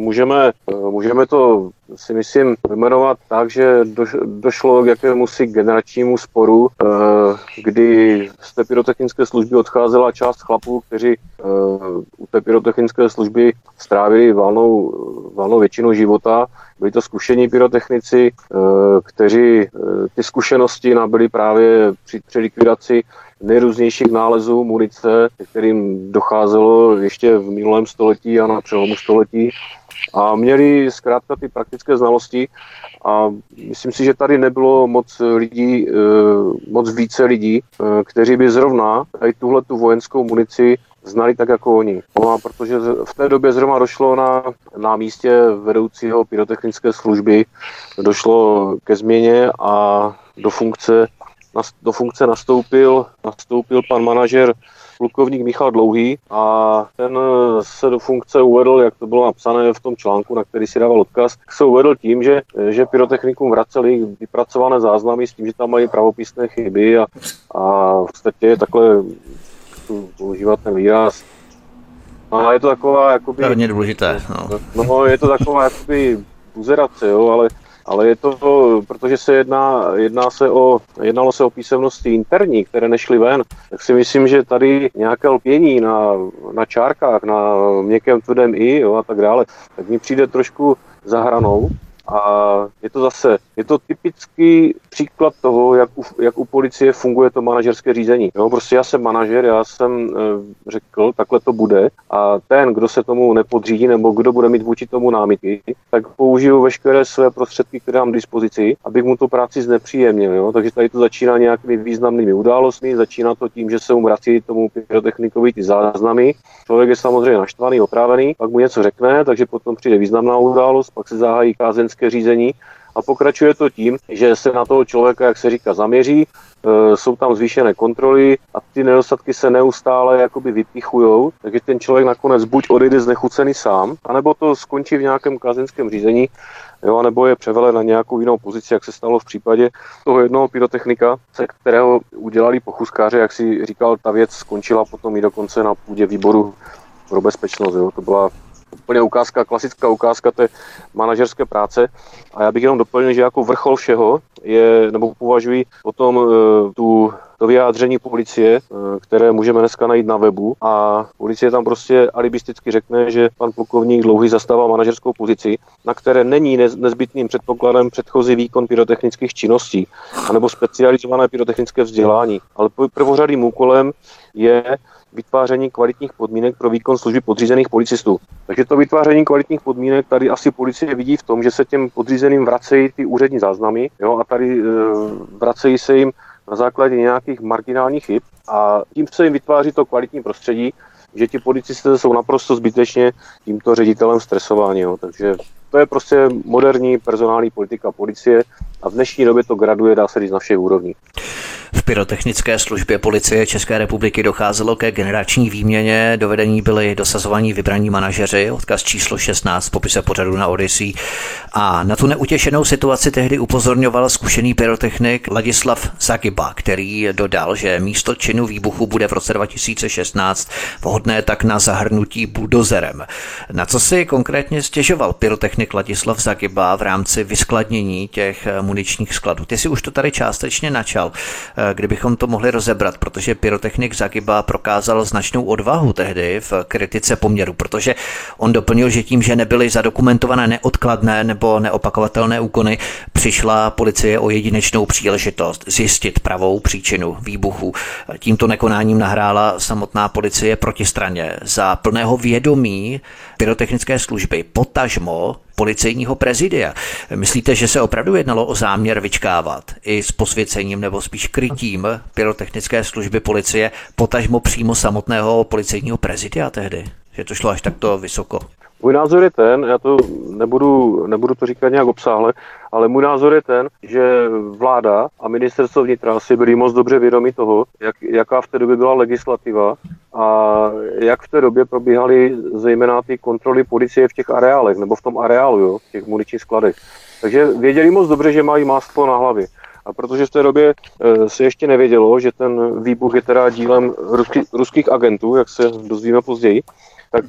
můžeme to si myslím vyjmenovat tak, že došlo k jakémusi generačnímu sporu, kdy z té pyrotechnické služby odcházela část chlapů, kteří u té pyrotechnické služby strávili valnou většinu života. Byli to zkušení pyrotechnici, kteří ty zkušenosti nabyli právě při likvidaci nejrůznějších nálezů munice, kterým docházelo ještě v minulém století a na přelomu století. A měli zkrátka ty praktické znalosti a myslím si, že tady nebylo moc více lidí, kteří by zrovna tady tuhletu vojenskou munici znali tak jako oni. No a protože v té době zrovna došlo na místě vedoucího pyrotechnické služby, došlo ke změně a do funkce nastoupil pan manažer plukovník Michal Dlouhý a ten se do funkce uvedl, jak to bylo napsané v tom článku, na který si dával odkaz, se uvedl tím, že pyrotechnikům vraceli vypracované záznamy s tím, že tam mají pravopisné chyby a v podstatě takhle používat ten výraz. A je to taková jakoby... To je hodně důležité. No, je to taková jakoby buzerace, jo, ale je to, protože se jednalo se o písemnosti interní, které nešly ven, tak si myslím, že tady nějaké lpění na čárkách, na měkkém tvrdém i, jo, a tak dále, tak mi přijde trošku za hranou. A je to typický příklad toho, jak u policie funguje to manažerské řízení. Jo, prostě já jsem manažer, já jsem řekl, takhle to bude a ten, kdo se tomu nepodřídí nebo kdo bude mít vůči tomu námitky, tak použiju veškeré své prostředky, které mám k dispozici, abych mu tu práci znepříjemnil. Jo? Takže tady to začíná nějakými významnými událostmi, začíná to tím, že se mu vrací tomu pyrotechnikovi ty záznamy. Člověk je samozřejmě naštvaný, otrávený, pak mu něco řekne, takže potom přijde významná událost, pak se zahájí kázeňské řízení a pokračuje to tím, že se na toho člověka, jak se říká, zaměří, jsou tam zvýšené kontroly a ty nedostatky se neustále jakoby vypichujou, takže ten člověk nakonec buď odejde znechucený sám, anebo to skončí v nějakém kázeňském řízení, jo, nebo je převelen na nějakou jinou pozici, jak se stalo v případě toho jednoho pyrotechnika, se kterého udělali pochůzkáře, jak si říkal, ta věc skončila potom i dokonce na půdě výboru pro bezpečnost. Jo. To byla úplně klasická ukázka té manažerské práce. A já bych jenom doplnil, že jako vrchol všeho považuji potom tu to vyjádření policie, které můžeme dneska najít na webu, a policie tam prostě alibisticky řekne, že pan plukovník Dlouhý zastává manažerskou pozici, na které není nezbytným předpokladem předchozí výkon pyrotechnických činností anebo specializované pyrotechnické vzdělání, ale prvořadým úkolem je vytváření kvalitních podmínek pro výkon služby podřízených policistů. Takže to vytváření kvalitních podmínek tady asi policie vidí v tom, že se těm podřízeným vracejí ty úřední záznamy, jo, a tady vracejí se jim na základě nějakých marginálních chyb a tím se jim vytváří to kvalitní prostředí, že ti policisté jsou naprosto zbytečně tímto ředitelem stresováni. Jo. Takže to je prostě moderní personální politika policie a v dnešní době to graduje, dá se říct, na všech úrovních. V pyrotechnické službě policie České republiky docházelo ke generační výměně, do vedení byli dosazovaní vybraní manažeři, odkaz číslo 16 v popise pořadu na Odyssey. A na tu neutěšenou situaci tehdy upozorňoval zkušený pyrotechnik Ladislav Zagiba, který dodal, že místo činu výbuchu bude v roce 2016 vhodné tak na zahrnutí buldozerem. Na co si konkrétně stěžoval pyrotechnik Ladislav Zagiba v rámci vyskladnění těch muničních skladů? Ty si už to tady částečně načal, kdybychom to mohli rozebrat, protože pyrotechnik Zagiba prokázal značnou odvahu tehdy v kritice poměru, protože on doplnil, že tím, že nebyly zadokumentované neodkladné nebo neopakovatelné úkony, přišla policie o jedinečnou příležitost zjistit pravou příčinu výbuchu. Tímto nekonáním nahrála samotná policie protistraně za plného vědomí pyrotechnické služby, potažmo policejního prezidia. Myslíte, že se opravdu jednalo o záměr vyčkávat i s posvěcením nebo spíš krytím pyrotechnické služby policie, potažmo přímo samotného policejního prezidia tehdy? Že to šlo až takto vysoko? Můj názor je ten, já to nebudu to říkat nějak obsáhle, ale můj názor je ten, že vláda a ministerstvo vnitra si byli moc dobře vědomi toho, jaká v té době byla legislativa a jak v té době probíhaly zejména ty kontroly policie v těch areálech, nebo v tom areálu, jo, v těch muničních skladech. Takže věděli moc dobře, že mají máslo na hlavě. A protože v té době se ještě nevědělo, že ten výbuch je teda dílem ruských agentů, jak se dozvíme později, tak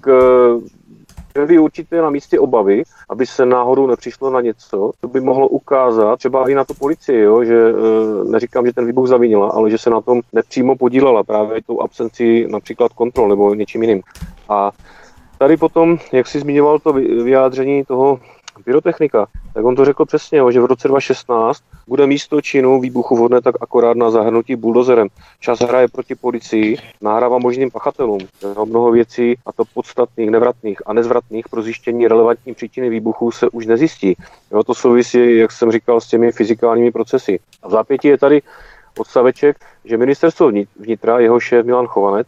byly určitě na místě obavy, aby se náhodou nepřišlo na něco, co by mohlo ukázat třeba i na tu policii, jo, že neříkám, že ten výbuch zavinila, ale že se na tom nepřímo podílela právě tou absencí například kontrol nebo něčím jiným. A tady potom, jak jsi zmiňoval to vyjádření toho pyrotechnika, tak on to řekl přesně, že v roce 2016 bude místo činu výbuchu vhodné tak akorát na zahrnutí buldozerem. Čas hraje proti policii, nahrává možným pachatelům. Mnoho věcí, a to podstatných, nevratných a nezvratných pro zjištění relevantní příčiny výbuchu se už nezjistí. Jo, to souvisí, jak jsem říkal, s těmi fyzikálními procesy. A v zápětí je tady odstaveček, že ministerstvo vnitra, jeho šéf Milan Chovanec,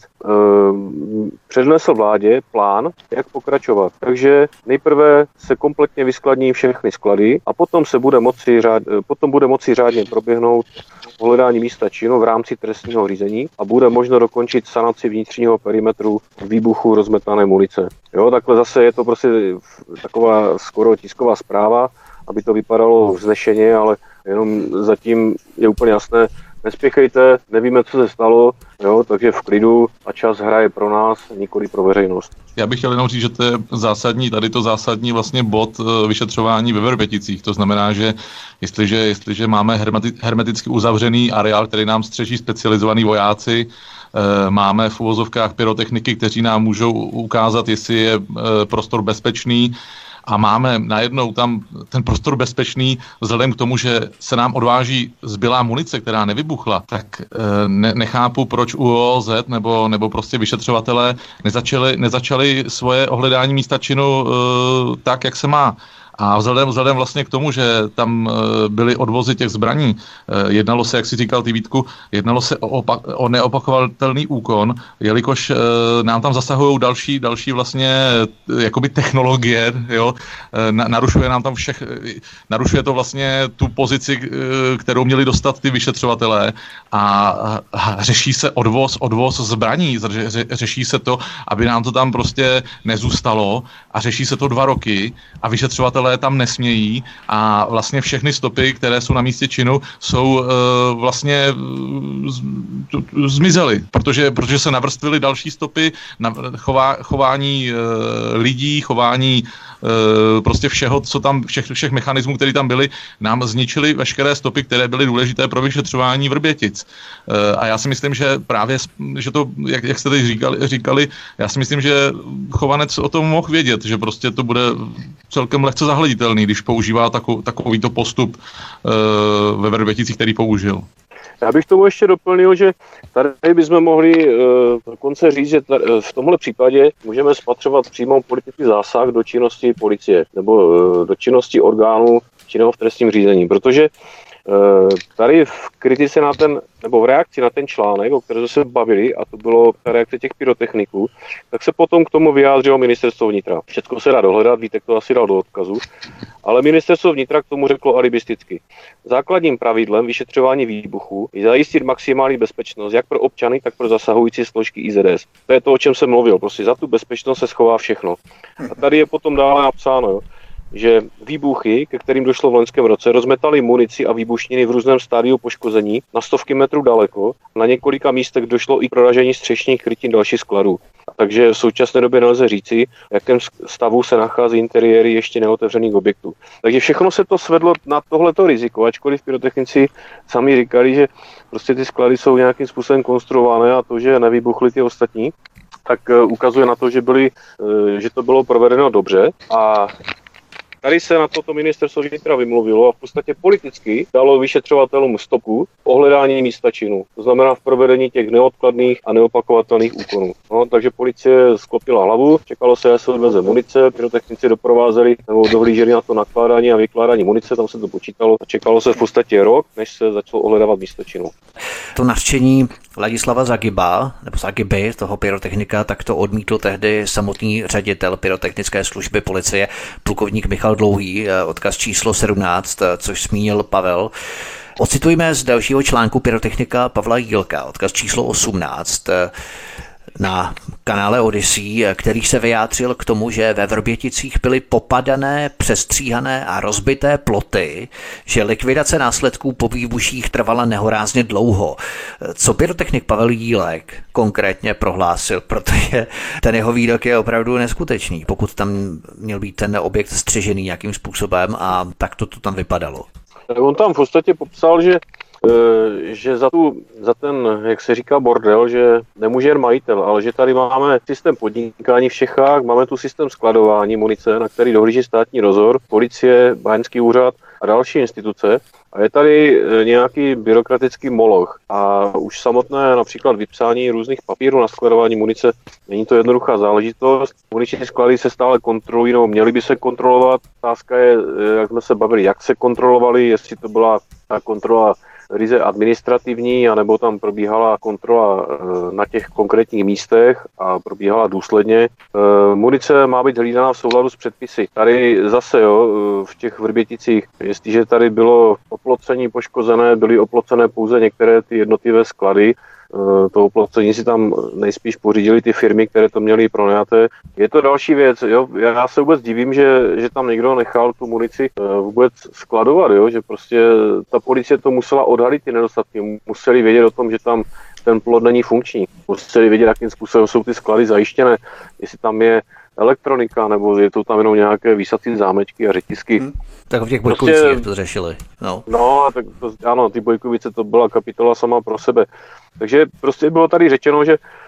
přednesl vládě plán, jak pokračovat. Takže nejprve se kompletně vyskladní všechny sklady a potom bude moci řádně proběhnout ohledání místa činu v rámci trestního řízení a bude možno dokončit sanaci vnitřního perimetru výbuchu rozmetané munice. Jo, takhle zase je to prostě taková skoro tisková zpráva, aby to vypadalo vznešeně, ale jenom zatím je úplně jasné, nespěchejte, nevíme, co se stalo, jo, takže v klidu a čas hraje pro nás, nikoli pro veřejnost. Já bych chtěl jenom říct, že to je zásadní, tady to zásadní vlastně bod vyšetřování ve Vrběticích. To znamená, že jestliže máme hermeticky uzavřený areál, který nám střeží specializovaní vojáci, máme v uvozovkách pyrotechniky, kteří nám můžou ukázat, jestli je prostor bezpečný, a máme najednou tam ten prostor bezpečný vzhledem k tomu, že se nám odváží zbylá munice, která nevybuchla, tak nechápu, proč ÚOOZ nebo prostě vyšetřovatelé nezačali svoje ohledání místa činu tak, jak se má. A vzhledem vlastně k tomu, že tam byly odvozy těch zbraní, jednalo se, jak si říkal ty Vítku, jednalo se o neopakovatelný úkon, jelikož nám tam zasahují další vlastně jakoby technologie, jo, narušuje nám tam narušuje to vlastně tu pozici, kterou měli dostat ty vyšetřovatelé a řeší se odvoz zbraní, řeší se to, aby nám to tam prostě nezůstalo a řeší se to 2 roky a vyšetřovatelé tam nesmějí a vlastně všechny stopy, které jsou na místě činu, jsou vlastně zmizely, protože se navrstvily další stopy, chování lidí, chování prostě všeho, co tam, všech mechanismů, které tam byly, nám zničily veškeré stopy, které byly důležité pro vyšetřování Vrbětic. A já si myslím, že právě, že to, jak jste teď říkali, já si myslím, že Chovanec o tom mohl vědět, že prostě to bude celkem lehce zahleditelný, když používá takovýto postup ve Vrběticích, který použil. Já bych tomu ještě doplnil, že tady bychom mohli dokonce říct, že v tomhle případě můžeme spatřovat přímou politický zásah do činnosti policie nebo do činnosti orgánů činného v trestním řízení, protože tady v kritice nebo v reakci na ten článek, o kterém se bavili, a to bylo ta reakce těch pyrotechniků, tak se potom k tomu vyjádřilo ministerstvo vnitra. Všechno se dá dohledat, Vítek to asi dal do odkazu, ale ministerstvo vnitra k tomu řeklo alibisticky. Základním pravidlem vyšetřování výbuchu je zajistit maximální bezpečnost jak pro občany, tak pro zasahující složky IZS. To je to, o čem jsem mluvil, prostě za tu bezpečnost se schová všechno. A tady je potom dále napsáno, že výbuchy, ke kterým došlo v loňském roce, rozmetaly munici a výbušniny v různém stádiu poškození na stovky metrů daleko. Na několika místech došlo i k proražení střešních krytin dalších skladů. Takže v současné době nelze říci, v jakém stavu se nachází interiéry ještě neotevřených objektů. Takže všechno se to svedlo na tohleto riziko, ačkoliv pyrotechnici sami říkali, že prostě ty sklady jsou nějakým způsobem konstruované a to, že nevybuchly ty ostatní, tak ukazuje na to, že to bylo provedeno dobře. A tady se na toto ministerstvo vnitra vymluvilo a v podstatě politicky dalo vyšetřovatelům stopku ohledání místa činu. To znamená v provedení těch neodkladných a neopakovatelných úkonů. No, takže policie sklopila hlavu, čekalo se, jestli odveze munice, pyrotechnici doprovázeli nebo dohlíželi na to nakládání a vykládání munice, tam se to počítalo a čekalo se v podstatě rok, než se začalo ohledávat místo činu. To nařčení Ladislava Zagiby, toho pyrotechnika, tak to odmítl tehdy samotný ředitel pyrotechnické služby policie, plukovník Michal Dlouhý, odkaz číslo 17, což zmínil Pavel. Ocitujme z dalšího článku pyrotechnika Pavla Jílka, odkaz číslo 18, na kanále Odyssey, který se vyjádřil k tomu, že ve Vrběticích byly popadané, přestříhané a rozbité ploty, že likvidace následků po výbuších trvala nehorázně dlouho. Co pyrotechnik Pavel Jílek konkrétně prohlásil, protože ten jeho výrok je opravdu neskutečný, pokud tam měl být ten objekt střežený nějakým způsobem a tak to tam vypadalo. On tam v podstatě popsal, že za ten, jak se říká, bordel, že nemůže jen majitel, ale že tady máme systém podnikání v Čechách, máme tu systém skladování munice, na který dohlíží státní dozor, policie, báňský úřad a další instituce. A je tady nějaký byrokratický moloch a už samotné například vypsání různých papírů na skladování munice není to jednoduchá záležitost. Muniční sklady se stále kontrolují, nebo měly by se kontrolovat. Otázka je, jak jsme se bavili, jak se kontrolovali, jestli to byla ta kontrola ryze administrativní, anebo tam probíhala kontrola na těch konkrétních místech a probíhala důsledně. Munice má být hlídána v souladu s předpisy. Tady zase v těch Vrběticích, jestliže tady bylo oplocení poškozené, byly oplocené pouze některé ty jednotlivé sklady, to oplocení si tam nejspíš pořídili ty firmy, které to měly pronajaté. Je to další věc, jo? Já se vůbec divím, že tam někdo nechal tu munici vůbec skladovat, jo? Že prostě ta policie to musela odhalit ty nedostatky, museli vědět o tom, že tam ten plot není funkční, museli vědět, jakým způsobem jsou ty sklady zajištěné, jestli tam je elektronika, nebo je to tam jenom nějaké výsací zámečky a řetisky. Tak v těch Bojkovicích to řešili. No, tak ano, ty Bojkovice to byla kapitola sama pro sebe. Takže prostě bylo tady řečeno,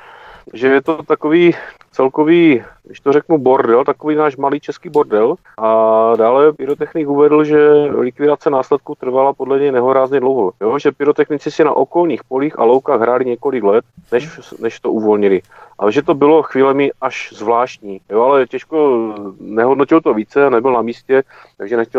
že je to takový celkový, když to řeknu, bordel, takový náš malý český bordel. A dále pyrotechnik uvedl, že likvidace následků trvala podle něj nehorázně dlouho. Jo? Že pyrotechnici si na okolních polích a loukách hráli několik let, než to uvolnili. Ale že to bylo chvílemi až zvláštní. Jo? Ale těžko nehodnotil to více, nebyl na místě, takže nechtěl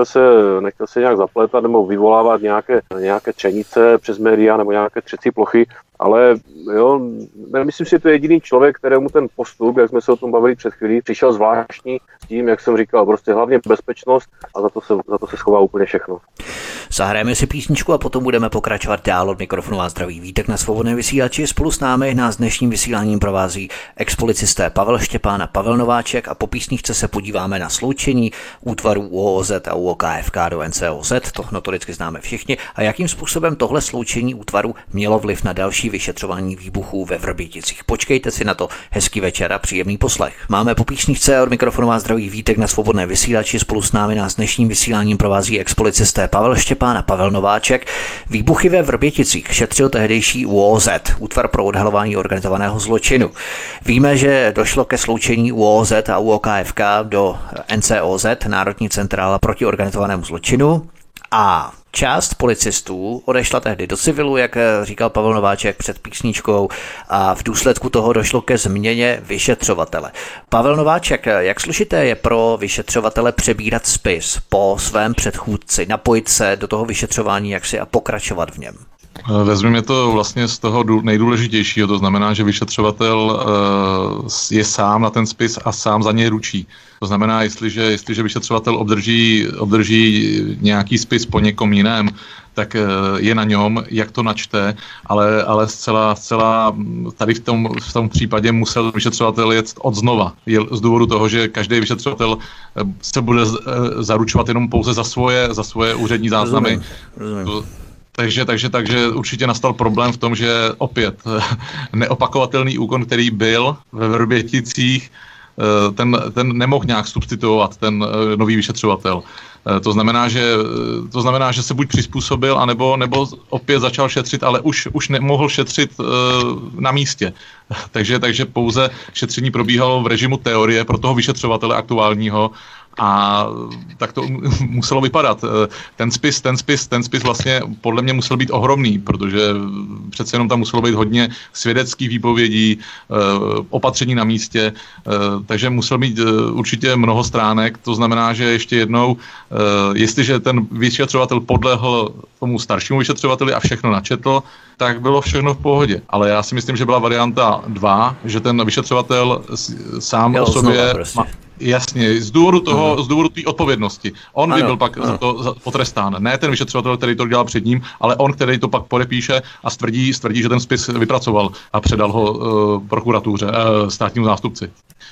se nějak zaplétat nebo vyvolávat nějaké třenice přes média nebo nějaké třecí plochy. Ale jo, myslím si, že to je jediný člověk, kterému ten postup, jak jsme se o tom bavili před chvílí, přišel zvláštní s tím, jak jsem říkal, prostě hlavně bezpečnost a za to se schová úplně všechno. Zahrajeme si písničku a potom budeme pokračovat dál. Od mikrofonu vás zdraví Vítek na Svobodném vysílači. Spolu s námi nás dnešním vysíláním provází expolicisté Pavel Štěpán a Pavel Nováček a po písničce se podíváme na sloučení útvarů ÚOOZ a ÚOKFK do NCOZ, to notoricky známe všichni, a jakým způsobem tohle sloučení útvarů mělo vliv na další vyšetřování výbuchů ve Vrběticích. Počkejte si na to, hezký večer a příjemný příjemný poslech. Máme po písničce, od mikrofonu vás zdraví Vítek na Svobodné vysílači. Spolu s námi nás dnešním vysíláním provází expolicisté Pavel Štěpán a Pavel Nováček. Výbuchy ve Vrběticích šetřil tehdejší ÚOZ, Útvar pro odhalování organizovaného zločinu. Víme, že došlo ke sloučení ÚOZ a ÚOKFK do NCOZ, Národní centrála proti organizovanému zločinu. A část policistů odešla tehdy do civilu, jak říkal Pavel Nováček před písničkou, a v důsledku toho došlo ke změně vyšetřovatele. Pavel Nováček, jak složité je pro vyšetřovatele přebírat spis po svém předchůdci, napojit se do toho vyšetřování jaksi a pokračovat v něm? Vezměme to vlastně z toho nejdůležitějšího, to znamená, že vyšetřovatel je sám na ten spis a sám za něj ručí. To znamená, jestliže vyšetřovatel obdrží nějaký spis po někom jiném, tak je na něm, jak to načte, ale zcela tady v tom případě musel vyšetřovatel jet odznova. Z důvodu toho, že každý vyšetřovatel se bude zaručovat jenom pouze za svoje úřední záznamy. Rozumím. Takže určitě nastal problém v tom, že opět neopakovatelný úkon, který byl ve Vrběticích, ten nemohl nějak substituovat ten nový vyšetřovatel. To znamená, že se buď přizpůsobil, nebo opět začal šetřit, ale už nemohl šetřit na místě. Takže pouze šetření probíhalo v režimu teorie pro toho vyšetřovatele aktuálního. A tak to muselo vypadat. Ten spis vlastně podle mě musel být ohromný, protože přece jenom tam muselo být hodně svědeckých výpovědí, opatření na místě, takže musel mít určitě mnoho stránek. To znamená, že ještě jednou, jestliže ten vyšetřovatel podlehl tomu staršímu vyšetřovateli a všechno načetl, tak bylo všechno v pohodě. Ale já si myslím, že byla varianta 2, že ten vyšetřovatel sám o sobě... Jasně, z důvodu té odpovědnosti. On by byl pak za to potrestán. Ne ten vyšetřovatel, který to dělal před ním, ale on, který to pak podepíše a stvrdí, že ten spis vypracoval a předal ho prokuratuře, státnímu zástupci.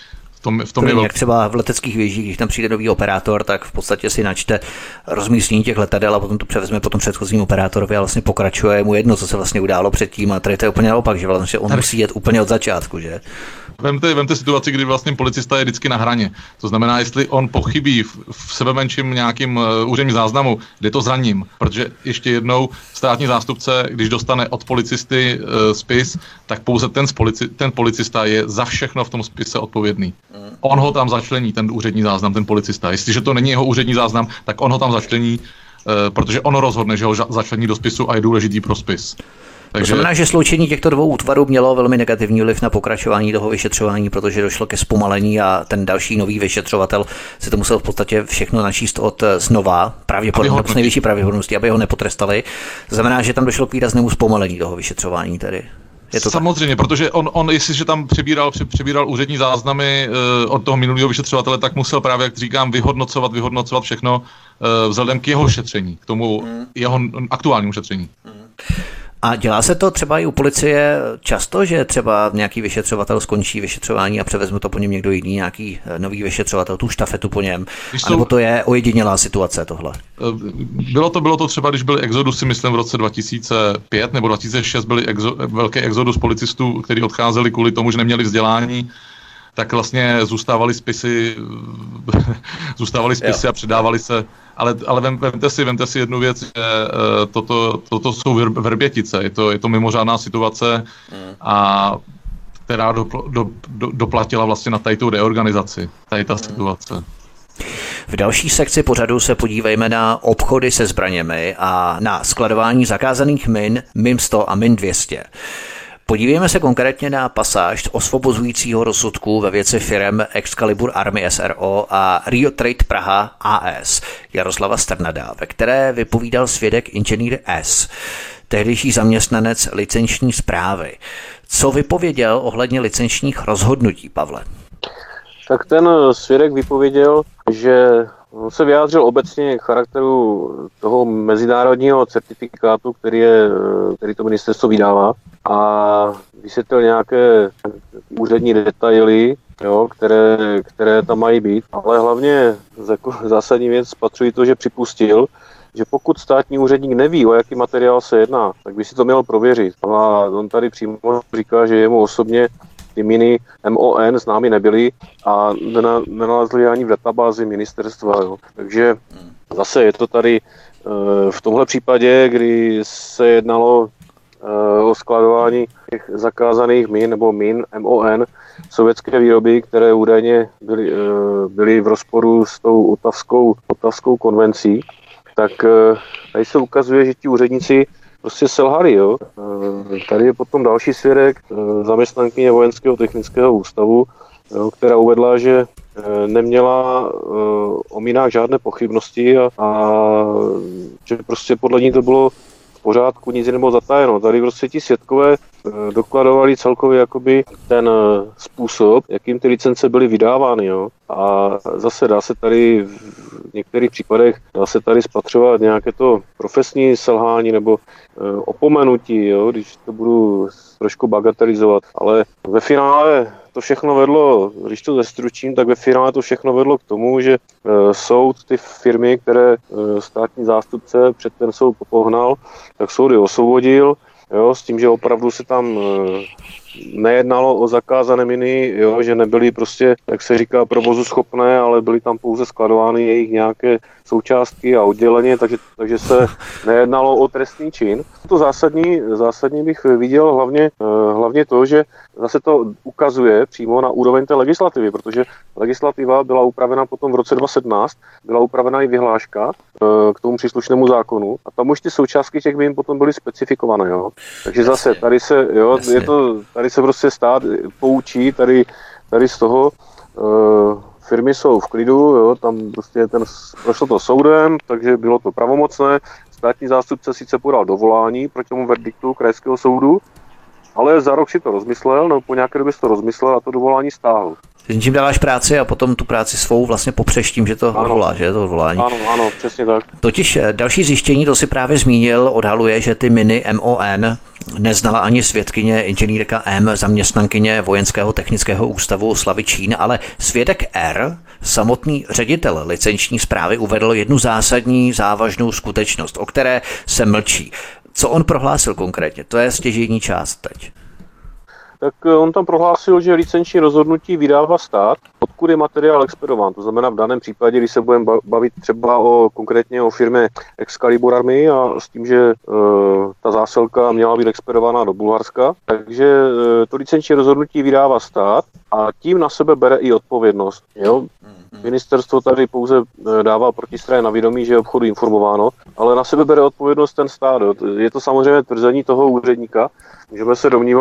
V tom je jak třeba v leteckých věžích, když tam přijde nový operátor, tak v podstatě si načte rozmístění těch letadel a potom to převezme potom předchozím operátorovi a vlastně pokračuje mu jedno, co se vlastně událo předtím, a tady to je úplně naopak, že vlastně on musí jet úplně od začátku, že? Vemte situaci, kdy vlastně policista je vždycky na hraně. To znamená, jestli on pochybí v sebemenším nějakým úředním záznamu, kde to zraním, protože ještě jednou státní zástupce, když dostane od policisty spis, tak pouze ten policista je za všechno v tom spise odpovědný. On ho tam začlení, ten úřední záznam, ten policista. Jestliže to není jeho úřední záznam, tak on ho tam začlení, protože on rozhodne, že ho začlení do spisu a je důležitý pro spis. To znamená, že sloučení těchto dvou útvarů mělo velmi negativní vliv na pokračování toho vyšetřování, protože došlo ke zpomalení a ten další nový vyšetřovatel si to musel v podstatě všechno načíst od znova, pravděpodobně s nejvyšší pravděpodobností, aby ho nepotrestali. To znamená, že tam došlo k výraznému zpomalení toho vyšetřování tedy. Samozřejmě, protože on jestliže tam přebíral úřední záznamy od toho minulého vyšetřovatele, tak musel právě, jak říkám, vyhodnocovat všechno vzhledem k jeho šetření, k tomu jeho aktuálnímu šetření. A dělá se to třeba i u policie často, že třeba nějaký vyšetřovatel skončí vyšetřování a převezme to po něm někdo jiný, nějaký nový vyšetřovatel, tu štafetu po něm, anebo to je ojedinělá situace tohle? Bylo to třeba, když byly exodusy, myslím v roce 2005 nebo 2006 byly velký exodus policistů, kteří odcházeli kvůli tomu, že neměli vzdělání, tak vlastně zůstávaly spisy a předávali se. Ale vemte si jednu věc, že toto jsou Vrbětice, je to mimořádná situace, a která doplatila vlastně na tady tu reorganizaci, tady ta situace. V další sekci pořadu se podívejme na obchody se zbraněmi a na skladování zakázaných min MIM-100 a MIN-200. Podívejme se konkrétně na pasáž osvobozujícího rozsudku ve věci firem Excalibur Army SRO a Rio Trade Praha AS Jaroslava Strnada, ve které vypovídal svědek inženýr S., tehdejší zaměstnanec licenční správy. Co vypověděl ohledně licenčních rozhodnutí, Pavle? Tak ten svědek vypověděl, že on se vyjádřil obecně k charakteru toho mezinárodního certifikátu, který to ministerstvo vydává, a vysvětlil nějaké úřední detaily, které tam mají být. Ale hlavně zásadní věc spatřují to, že připustil, že pokud státní úředník neví, o jaký materiál se jedná, tak by si to měl prověřit. A on tady přímo říká, že jemu osobně ty miny MON známy nebyly a nenalezli ani v databázi ministerstva. Jo. Takže zase je to tady v tomhle případě, kdy se jednalo o skladování těch zakázaných min nebo min MON sovětské výroby, které údajně byly v rozporu s tou Ottawskou konvencí, tak tady se ukazuje, že ti úředníci prostě selhali. Jo. Tady je potom další svědek, zaměstnankyně Vojenského technického ústavu, jo, která uvedla, že neměla o minách žádné pochybnosti a že prostě podle ní to bylo v pořádku, nic nebylo zatajeno. Tady prostě ti svědkové dokladovali celkově jakoby ten způsob, jakým ty licence byly vydávány. Jo. A zase dá se tady v některých případech spatřovat nějaké to profesní selhání nebo opomenutí, jo, když to budu trošku bagatelizovat. Ale ve finále to všechno vedlo, když to zestručím, tak ve finále to všechno vedlo k tomu, že soud ty firmy, které státní zástupce před ten soud popohnal, tak soud je osvobodil, jo, s tím, že opravdu se tam nejednalo o zakázané miny, jo, že nebyly prostě, jak se říká, provozu schopné, ale byly tam pouze skladovány jejich nějaké součástky a odděleně, takže se nejednalo o trestný čin. To zásadní bych viděl hlavně to, že zase to ukazuje přímo na úroveň té legislativy, protože legislativa byla upravena potom v roce 2017, byla upravena i vyhláška k tomu příslušnému zákonu a tam už ty součástky těch min potom byly specifikované. Jo. Takže zase tady se prostě stát poučí tady z toho, firmy jsou v klidu, jo, tam prostě prošlo to soudem, takže bylo to pravomocné. Státní zástupce sice podal dovolání proti tomu verdiktu krajského soudu, ale za rok si to rozmyslel, nebo po nějaké době si to rozmyslel a to dovolání stáhl. Tím dáváš práci a potom tu práci svou vlastně popřeš tím, že to odvolá, že to odvolání. Ano, přesně tak. Totiž další zjištění, to si právě zmínil, odhaluje, že ty miny MON neznala ani svědkyně inženýrka M, zaměstnankyně Vojenského technického ústavu Slavičín, ale svědek R, samotný ředitel licenční správy, uvedl jednu zásadní závažnou skutečnost, o které se mlčí. Co on prohlásil konkrétně? To je stěžejní část teď. Tak on tam prohlásil, že licenční rozhodnutí vydává stát, odkud je materiál expedován. To znamená v daném případě, když se budeme bavit třeba konkrétně o firmě Excalibur Army a s tím, že ta zásilka měla být expedována do Bulharska, takže to licenční rozhodnutí vydává stát a tím na sebe bere i odpovědnost. Jo? Ministerstvo tady pouze dává protistraně na vědomí, že je obchodu informováno, ale na sebe bere odpovědnost ten stát. Je to samozřejmě tvrzení toho úředníka. Můžeme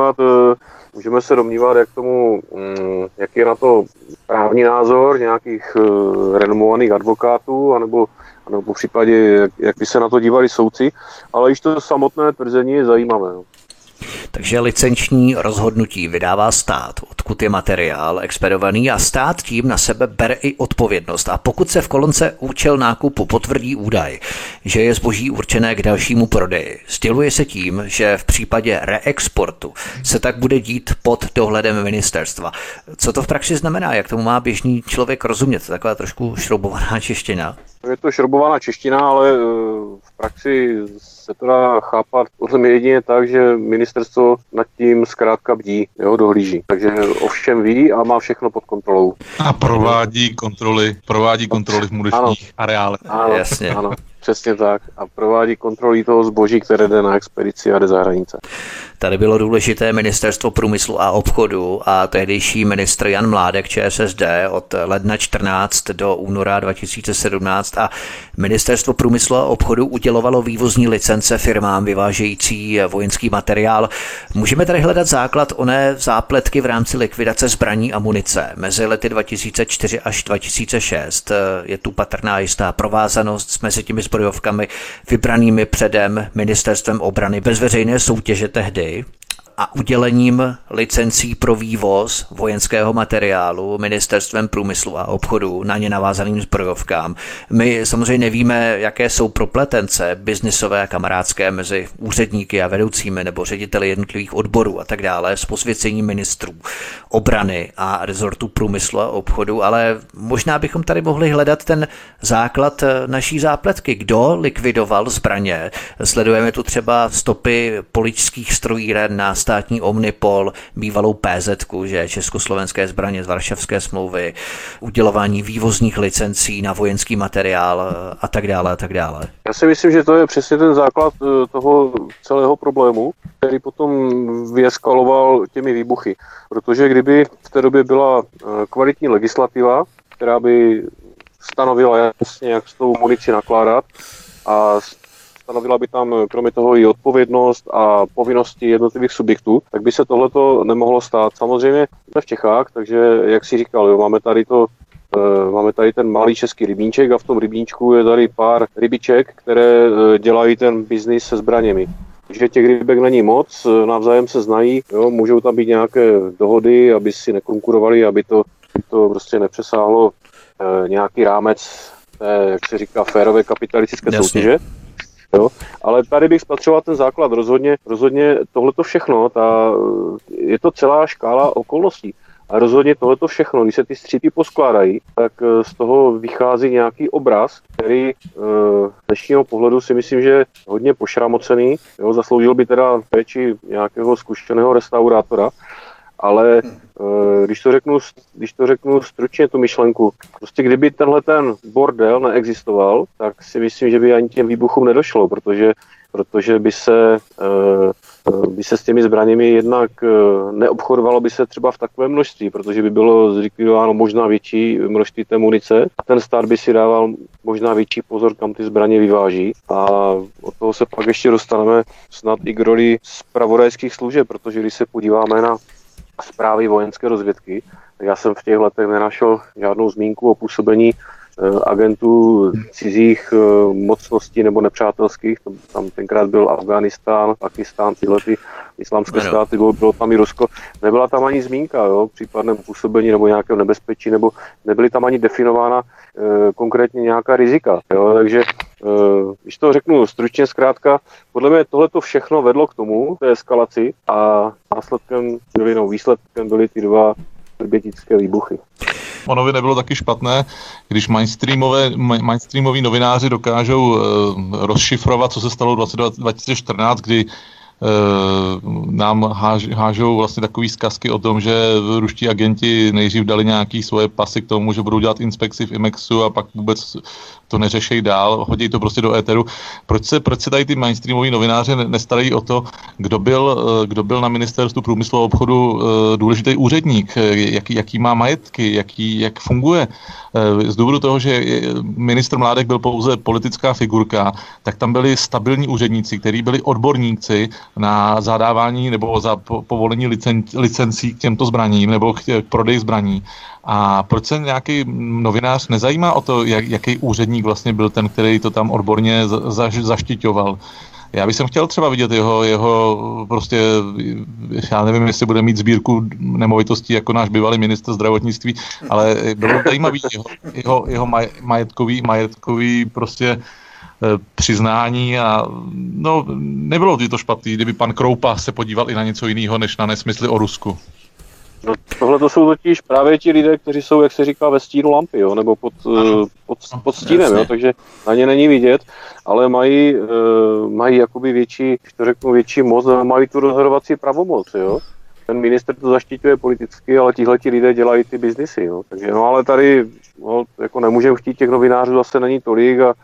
se domnívat, jaký je na to právní názor nějakých renomovaných advokátů, anebo po případě, jak by se na to dívali soudci, ale již to samotné tvrzení je zajímavé. Takže licenční rozhodnutí vydává stát, odkud je materiál expedovaný a stát tím na sebe bere i odpovědnost. A pokud se v kolonce účel nákupu potvrdí údaj, že je zboží určené k dalšímu prodeji, sděluje se tím, že v případě reexportu se tak bude dít pod dohledem ministerstva. Co to v praxi znamená? Jak tomu má běžný člověk rozumět? Taková trošku šroubovaná čeština. Je to šroubovaná čeština, ale v praxi se to dá chápat podle mě jedině tak, že ministerstvo nad tím zkrátka bdí, jo, dohlíží. Takže ovšem ví a má všechno pod kontrolou. A provádí kontroly v muničních areálech. Ano, jasně. Ano. Přesně tak. A provádí kontroly toho zboží, které jde na expedici a jde za hranice. Tady bylo důležité Ministerstvo průmyslu a obchodu a tehdejší ministr Jan Mládek ČSSD od ledna 14 do února 2017 a Ministerstvo průmyslu a obchodu udělovalo vývozní licence firmám vyvážející vojenský materiál. Můžeme tady hledat základ oné zápletky v rámci likvidace zbraní a munice. Mezi lety 2004 až 2006 je tu patrná jistá provázanost mezi těmi zbrojovkami vybranými předem Ministerstvem obrany bez veřejné soutěže tehdy a udělením licencí pro vývoz vojenského materiálu Ministerstvem průmyslu a obchodu na ně navázaným zbrojovkám. My samozřejmě nevíme, jaké jsou propletence biznisové a kamarádské mezi úředníky a vedoucími nebo řediteli jednotlivých odborů a tak dále s posvěcením ministrů obrany a rezortu průmyslu a obchodu, ale možná bychom tady mohli hledat ten základ naší zápletky. Kdo likvidoval zbraně? Sledujeme tu třeba stopy poličských strojíren na státní Omnipol, bývalou PZ-ku, že československé zbraně z Varšavské smlouvy, udělování vývozních licencí na vojenský materiál a tak dále a tak dále. Já si myslím, že to je přesně ten základ toho celého problému, který potom vyeskaloval těmi výbuchy. Protože kdyby v té době byla kvalitní legislativa, která by stanovila jasně, jak s tou munici nakládat a stanovila by tam kromě toho i odpovědnost a povinnosti jednotlivých subjektů, tak by se tohleto nemohlo stát. Samozřejmě jsme v Čechách, takže jak si říkal, jo, máme tady ten malý český rybníček a v tom rybníčku je tady pár rybiček, které dělají ten biznis se zbraněmi. Takže těch rybek není moc, navzájem se znají, jo, můžou tam být nějaké dohody, aby si nekonkurovali, aby to prostě nepřesáhlo nějaký rámec té, jak se říká, férové kapitalistické soutěže. Jo? Ale tady bych spatřoval ten základ, rozhodně tohleto všechno, je to celá škála okolností. A rozhodně tohleto všechno, když se ty střípy poskládají, tak z toho vychází nějaký obraz, který z dnešního pohledu si myslím, že je hodně pošramocený. Jo? Zasloužil by teda péči nějakého zkušeného restaurátora, ale když to řeknu stručně tu myšlenku, prostě kdyby tenhle ten bordel neexistoval, tak si myslím, že by ani těm výbuchům nedošlo, protože by se s těmi zbraněmi jednak neobchodovalo by se třeba v takovém množství, protože by bylo zlikvidováno možná větší množství té munice a ten stát by si dával možná větší pozor, kam ty zbraně vyváží a od toho se pak ještě dostaneme snad i k roli zpravodajských služeb, protože když se podíváme na zprávy vojenské rozvědky, tak já jsem v těch letech nenašel žádnou zmínku o působení agentů cizích mocností nebo nepřátelských. Tam tenkrát byl Afghánistán, Pakistán, tyhle ty islámské státy, bylo tam i Rusko. Nebyla tam ani zmínka o případném působení nebo nějakého nebezpečí, nebo nebyly tam ani definována konkrétně nějaká rizika. Jo? Takže když to řeknu stručně zkrátka, podle mě tohleto všechno vedlo k tomu, té eskalaci a výsledkem byly ty dva vrbětické výbuchy. Ono by nebylo taky špatné, když mainstreamoví novináři dokážou rozšifrovat, co se stalo v roce 2014, kdy nám hážou vlastně takový zkazky o tom, že ruští agenti nejdřív dali nějaký svoje pasy k tomu, že budou dělat inspekci v IMEXu a pak vůbec to neřešejí dál, hodí to prostě do éteru. Proč se tady ty mainstreamoví novináři nestarají o to, kdo byl na ministerstvu průmyslu a obchodu důležitý úředník, jaký má majetky, jak funguje. Z důvodu toho, že ministr Mládek byl pouze politická figurka, tak tam byli stabilní úředníci, kteří byli odborníci na zadávání nebo za povolení licencí k těmto zbraním nebo k prodeji zbraní. A proč se nějaký novinář nezajímá o to, jaký úředník vlastně byl ten, který to tam odborně zaštiťoval? Já bych chtěl třeba vidět jeho prostě, já nevím, jestli bude mít sbírku nemovitostí jako náš bývalý ministr zdravotnictví, ale bylo zajímavý jeho majetkový prostě přiznání a no, nebylo to špatný, kdyby pan Kroupa se podíval i na něco jiného, než na nesmysly o Rusku. No, tohle to jsou totiž právě ti lidé, kteří jsou, jak se říká, ve stínu lampy, jo, nebo pod stínem, jo, takže na ně není vidět, ale mají jakoby větší moc, mají tu rozhodovací pravomoc, jo. Ten ministr to zaštiťuje politicky, ale tihleti lidé dělají ty biznisy, jo. Takže no, ale tady jako nemůžeme chtít, těch novinářů zase není tolik a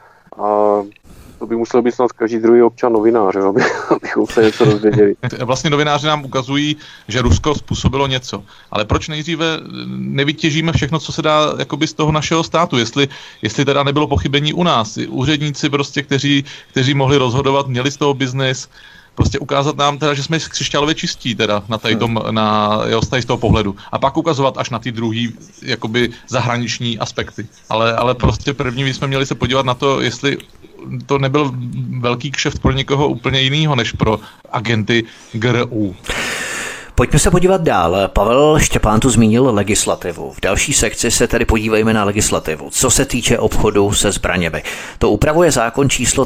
to by musel být snad každý druhý občan novinář, abychom se něco dozvěděli. Vlastně novináři nám ukazují, že Rusko způsobilo něco. Ale proč nejdříve nevytěžíme všechno, co se dá jakoby z toho našeho státu? Jestli teda nebylo pochybení u nás. Úředníci prostě, kteří mohli rozhodovat, měli z toho biznis, prostě ukázat nám teda, že jsme křišťálově čistí teda z toho pohledu. A pak ukazovat až na ty druhý jakoby zahraniční aspekty. Ale prostě první bychom měli se podívat na to, jestli to nebyl velký kšeft pro někoho úplně jiného, než pro agenty GRU. Pojďme se podívat dál. Pavel Štěpán tu zmínil legislativu. V další sekci se tedy podívejme na legislativu. Co se týče obchodu se zbraněmi. To upravuje zákon číslo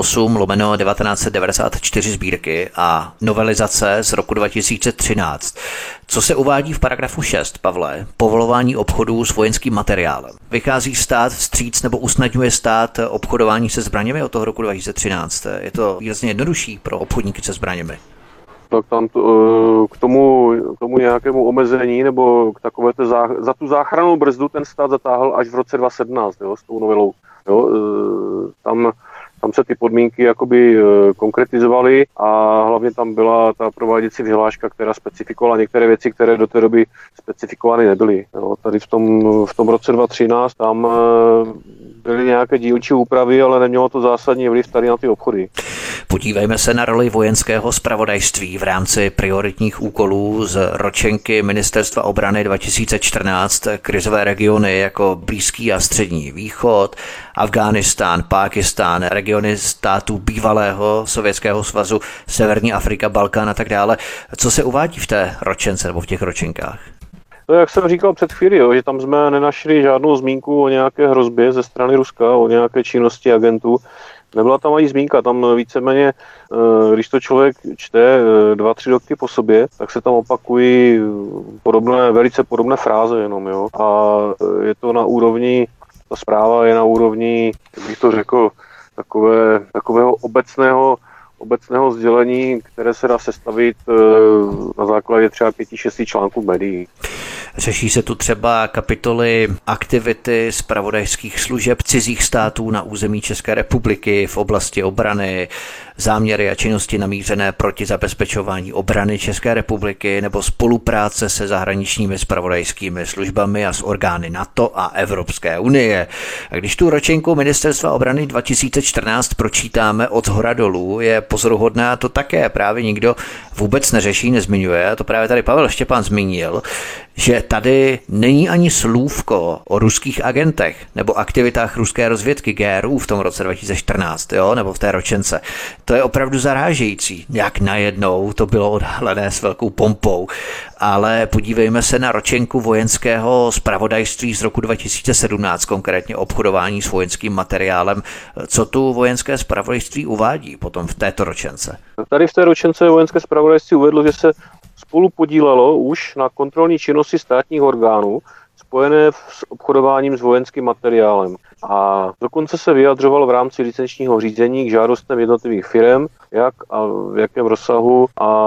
38/1994 sbírky a novelizace z roku 2013. Co se uvádí v paragrafu 6, Pavle? Povolování obchodů s vojenským materiálem. Vychází stát vstříc nebo usnadňuje stát obchodování se zbraněmi od toho roku 2013? Je to výrazně jednodušší pro obchodníky se zbraněmi? tak tam k tomu nějakému omezení nebo k takové za tu záchrannou brzdu ten stát zatáhl až v roce 2017, jo, s tou novelou. Jo, tam se ty podmínky jakoby konkretizovaly a hlavně tam byla ta prováděcí vyhláška, která specifikovala některé věci, které do té doby specifikovány nebyly. Jo, tady v tom roce 2013 tam byly nějaké dílčí úpravy, ale nemělo to zásadní vliv tady na ty obchody. Podívejme se na roli vojenského zpravodajství v rámci prioritních úkolů z ročenky Ministerstva obrany 2014, krizové regiony jako Blízký a Střední východ, Afghánistán, Pákistán, regiony států bývalého Sovětského svazu, Severní Afrika, Balkán a tak dále. Co se uvádí v té ročence nebo v těch ročenkách? To, jak jsem říkal před chvíli, jo, že tam jsme nenašli žádnou zmínku o nějaké hrozbě ze strany Ruska, o nějaké činnosti agentů. Nebyla tam ani zmínka, tam víceméně, když to člověk čte 2-3 roky po sobě, tak se tam opakují velice podobné fráze jenom, jo. A je to na úrovni, ta zpráva je na úrovni, jak bych to řekl, takového obecného sdělení, které se dá sestavit na základě třeba 5-6 článků v médiích. Řeší se tu třeba kapitoly aktivity zpravodajských služeb cizích států na území České republiky v oblasti obrany, záměry a činnosti namířené proti zabezpečování obrany České republiky nebo spolupráce se zahraničními zpravodajskými službami a s orgány NATO a Evropské unie. A když tu ročenku Ministerstva obrany 2014 pročítáme od shora dolů, je pozoruhodná, to také právě nikdo vůbec neřeší, nezmiňuje. A to právě tady Pavel Štěpán zmínil, že tady není ani slůvko o ruských agentech nebo aktivitách ruské rozvědky GRU v tom roce 2014, jo, nebo v té ročence. To je opravdu zarážející, jak najednou to bylo odhalené s velkou pompou. Ale podívejme se na ročenku vojenského zpravodajství z roku 2017, konkrétně obchodování s vojenským materiálem. Co tu vojenské zpravodajství uvádí potom v této ročence? Tady v té ročence vojenské zpravodajství uvedlo, že se spolu podílelo už na kontrolní činnosti státních orgánů spojené s obchodováním s vojenským materiálem. A dokonce se vyjadřoval v rámci licenčního řízení k žádostem jednotlivých firem, v jakém rozsahu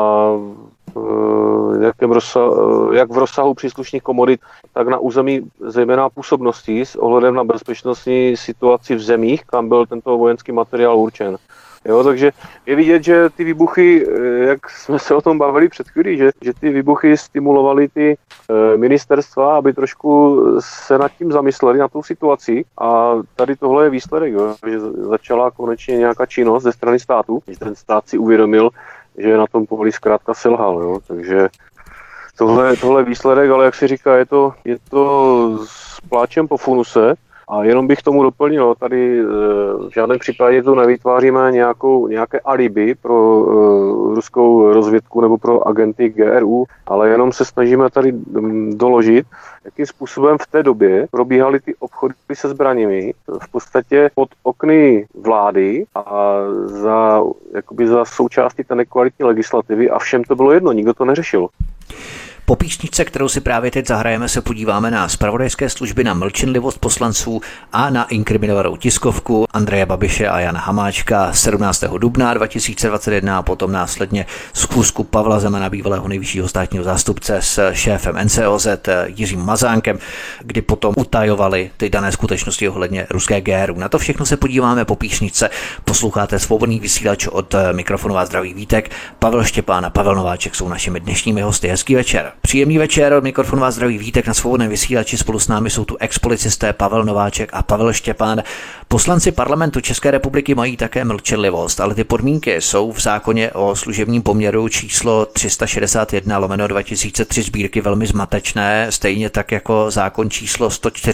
jak v rozsahu příslušných komodit, tak na území zejména působností s ohledem na bezpečnostní situaci v zemích, kam byl tento vojenský materiál určen. Jo, takže je vidět, že ty výbuchy, jak jsme se o tom bavili před chvílí, že ty výbuchy stimulovaly ty ministerstva, aby trošku se nad tím zamysleli, na tou situaci. A tady tohle je výsledek, jo, že začala konečně nějaká činnost ze strany státu, že ten stát si uvědomil, že na tom poli zkrátka selhal. Jo, takže tohle je výsledek, ale jak si říká, je to s pláčem po funuse. A jenom bych tomu doplnil, tady v žádném případě tu nevytváříme nějaké alibi pro ruskou rozvědku nebo pro agenty GRU, ale jenom se snažíme tady doložit, jakým způsobem v té době probíhaly ty obchody se zbraněmi v podstatě pod okny vlády a za součástí té nekvalitní legislativy a všem to bylo jedno, nikdo to neřešil. Po písničce, kterou si právě teď zahrajeme, se podíváme na zpravodajské služby, na mlčenlivost poslanců a na inkriminovanou tiskovku Andreje Babiše a Jana Hamáčka 17. dubna 2021 a potom následně schůzku Pavla Zemana, bývalého nejvyššího státního zástupce, s šéfem NCOZ Jiřím Mazánkem, kdy potom utajovali ty dané skutečnosti ohledně ruské GRU. Na to všechno se podíváme po písničce. Posloucháte Svobodný vysílač, od mikrofonu vás zdraví Vítek. Pavel Štěpán a Pavel Nováček jsou našimi dnešními hosty. Hezký večer. Příjemný večer, od mikrofonu vás zdraví Vítek na Svobodném vysílači. Spolu s námi jsou tu expolicisté Pavel Nováček a Pavel Štěpán. Poslanci parlamentu České republiky mají také mlčenlivost, ale ty podmínky jsou v zákoně o služebním poměru číslo 361/2003 sbírky velmi zmatečné, stejně tak jako zákon číslo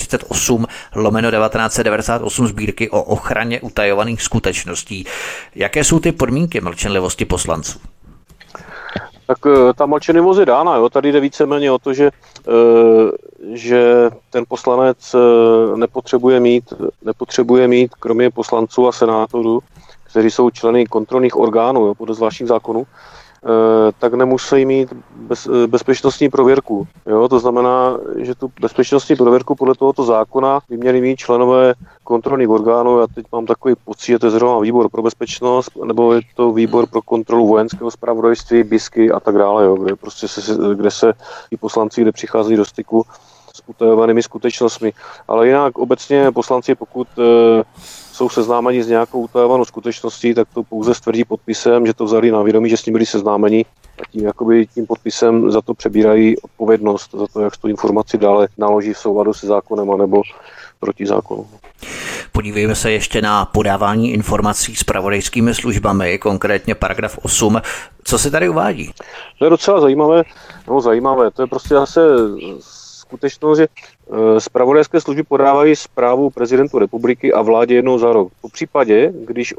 148/1998 sbírky o ochraně utajovaných skutečností. Jaké jsou ty podmínky mlčenlivosti poslanců? Tak ta mlčenlivost je dána, jo. Tady jde víceméně o to, že ten poslanec nepotřebuje mít kromě poslanců a senátorů, kteří jsou členy kontrolních orgánů, jo, podle zvláštních zákonů, tak nemusí mít bezpečnostní prověrku. Jo? To znamená, že tu bezpečnostní prověrku podle tohoto zákona by měli mít členové kontrolních orgánů. Já teď mám takový pocit, že to je zrovna výbor pro bezpečnost, nebo je to výbor pro kontrolu vojenského zpravodajství, BISky a tak dále, jo? Kde se i poslanci, kde přicházejí do styku s utajovanými skutečnostmi. Ale jinak obecně poslanci, pokud jsou seznámeni s nějakou utajovanou skutečností, tak to pouze stvrdí podpisem, že to vzali na vědomí, že s ním byli seznámeni a tím podpisem za to přebírají odpovědnost, za to, jak tu informaci dále naloží v souladu se zákonem anebo proti zákonu. Podívejme se ještě na podávání informací s zpravodajskými službami, konkrétně paragraf 8. Co se tady uvádí? To je docela zajímavé. To je prostě zase skutečnost, že zpravodajské služby podávají zprávu prezidentu republiky a vládě jednou za rok. Po případě, když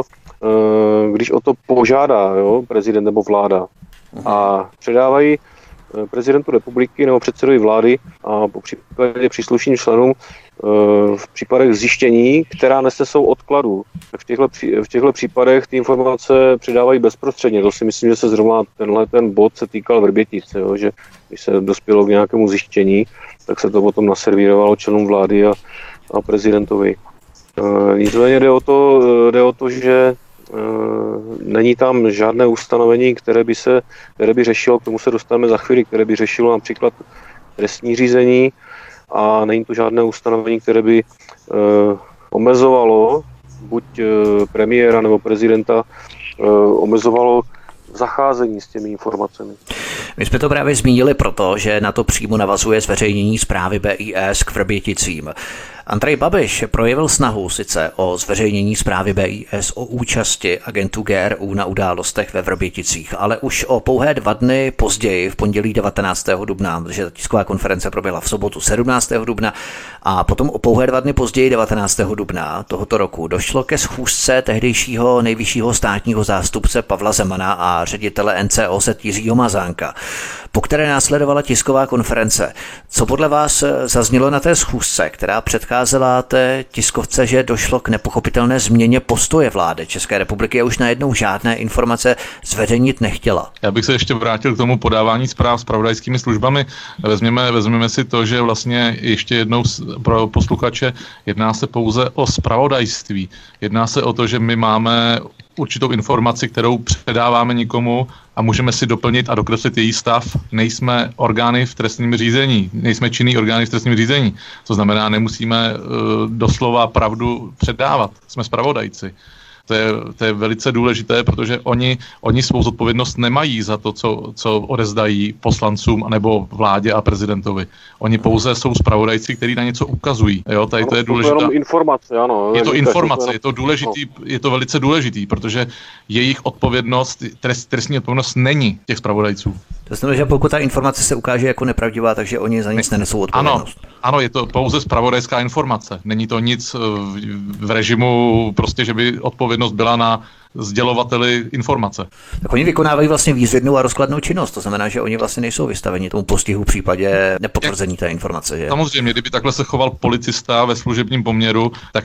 o to požádá prezident nebo vláda a předávají prezidentu republiky nebo předsedovi vlády a po případě příslušným členům v případech zjištění, která nesou odkladu. V těchto případech ty informace předávají bezprostředně. To si myslím, že se zrovna ten bod se týkal Vrbětic, že když se dospělo k nějakému zjištění, tak se to potom naservírovalo členům vlády a prezidentovi. Nicméně jde o to, že není tam žádné ustanovení, které by řešilo, k tomu se dostaneme za chvíli, které by řešilo například trestní řízení, a není to žádné ustanovení, které by omezovalo buď premiéra nebo prezidenta, omezovalo zacházení s těmi informacemi. My jsme to právě zmínili proto, že na to přímo navazuje zveřejnění zprávy BIS k Vrběticím. Andrej Babiš projevil snahu sice o zveřejnění zprávy BIS o účasti agentů GRU na událostech ve Vrběticích, ale už o pouhé 2 dny později, v pondělí 19. dubna, protože ta tisková konference proběhla v sobotu 17. dubna, a potom o pouhé 2 dny později 19. dubna tohoto roku došlo ke schůzce tehdejšího nejvyššího státního zástupce Pavla Zemana a ředitele NCOZ Jiřího Mazánka, po které následovala tisková konference. Co podle vás zaznělo na té schůzce, která předcházela té tiskovce, že došlo k nepochopitelné změně postoje vlády České republiky a už najednou žádné informace zveřejnit nechtěla? Já bych se ještě vrátil k tomu podávání zpráv zpravodajskými službami. Vezměme si to, že vlastně ještě jednou pro posluchače jedná se pouze o zpravodajství. Jedná se o to, že my máme určitou informaci, kterou předáváme nikomu a můžeme si doplnit a dokreslit její stav. Nejsme orgány v trestním řízení, nejsme činný orgány v trestním řízení. To znamená, nemusíme doslova pravdu předávat. Jsme zpravodajci. To je velice důležité, protože oni svou zodpovědnost nemají za to, co odezdají poslancům nebo vládě a prezidentovi. Oni pouze jsou zpravodajci, kteří na něco ukazují. Jo, tady to je důležité. To je informace, ano. Je to informace, je to velice důležitý, protože jejich odpovědnost, trestní odpovědnost není těch zpravodajců. To znamená, že pokud ta informace se ukáže jako nepravdivá, takže oni za nic nenesou odpovědnost. Ano, je to pouze zpravodajská informace. Není to nic v režimu, prostě, že by odpovědnost byla na sdělovateli informace. Tak oni vykonávají vlastně výzvědnou a rozkladnou činnost, to znamená, že oni vlastně nejsou vystaveni tomu postihu v případě nepotvrzení té informace. Že? Samozřejmě, kdyby takhle se choval policista ve služebním poměru, tak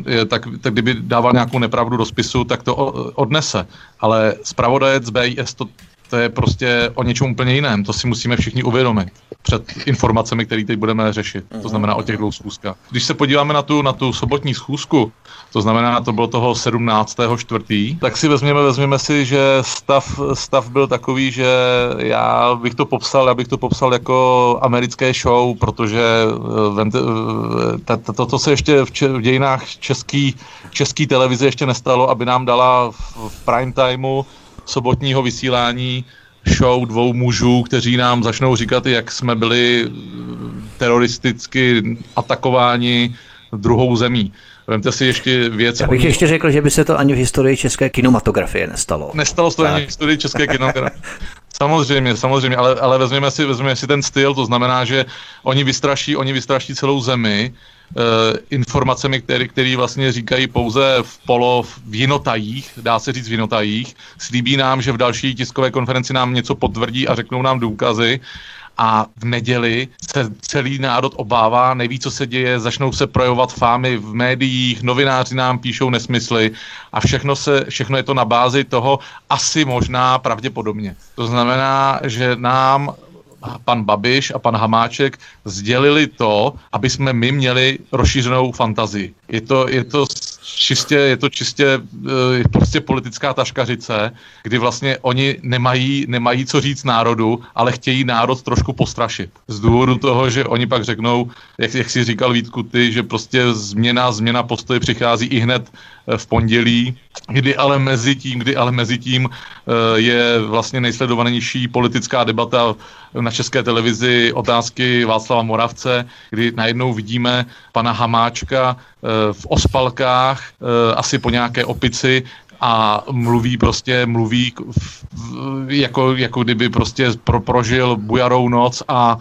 kdyby dával nějakou nepravdu do spisu, tak to odnese. Ale zpravodajec BIS to je prostě o něčem úplně jiném. To si musíme všichni uvědomit před informacemi, které teď budeme řešit. To znamená o těch 2 schůzkách. Když se podíváme na tu sobotní schůzku, to znamená, to bylo toho 17.4., tak si vezměme si, že stav byl takový, že já bych to popsal jako americké show, protože to se ještě v dějinách české televize ještě nestalo, aby nám dala v prime timeu sobotního vysílání show 2 mužů, kteří nám začnou říkat, jak jsme byli teroristicky atakováni druhou zemí. Vemte si ještě věc. Já bych ještě řekl, že by se to ani v historii české kinematografie nestalo. Nestalo se to ani v historii české kinematografie. Samozřejmě, ale vezměme si ten styl, to znamená, že oni vystraší celou zemi informacemi, které vlastně říkají pouze v jinotajích, dá se říct v jinotajích, slíbí nám, že v další tiskové konferenci nám něco potvrdí a řeknou nám důkazy a v neděli se celý národ obává, neví, co se děje, začnou se projevovat fámy v médiích, novináři nám píšou nesmysly a všechno je to na bázi toho asi možná pravděpodobně. To znamená, že nám pan Babiš a pan Hamáček sdělili to, aby jsme my měli rozšířenou fantazii. Je to čistě prostě politická taškařice, kdy vlastně oni nemají co říct národu, ale chtějí národ trošku postrašit. Z důvodu toho, že oni pak řeknou, jak si říkal Vítku ty, že prostě změna postoje přichází i hned v pondělí, kdy ale mezi tím je vlastně nejsledovanější politická debata na České televizi Otázky Václava Moravce, kdy najednou vidíme pana Hamáčka v ospalkách, asi po nějaké opici, a mluví jako kdyby prostě prožil bujarou noc a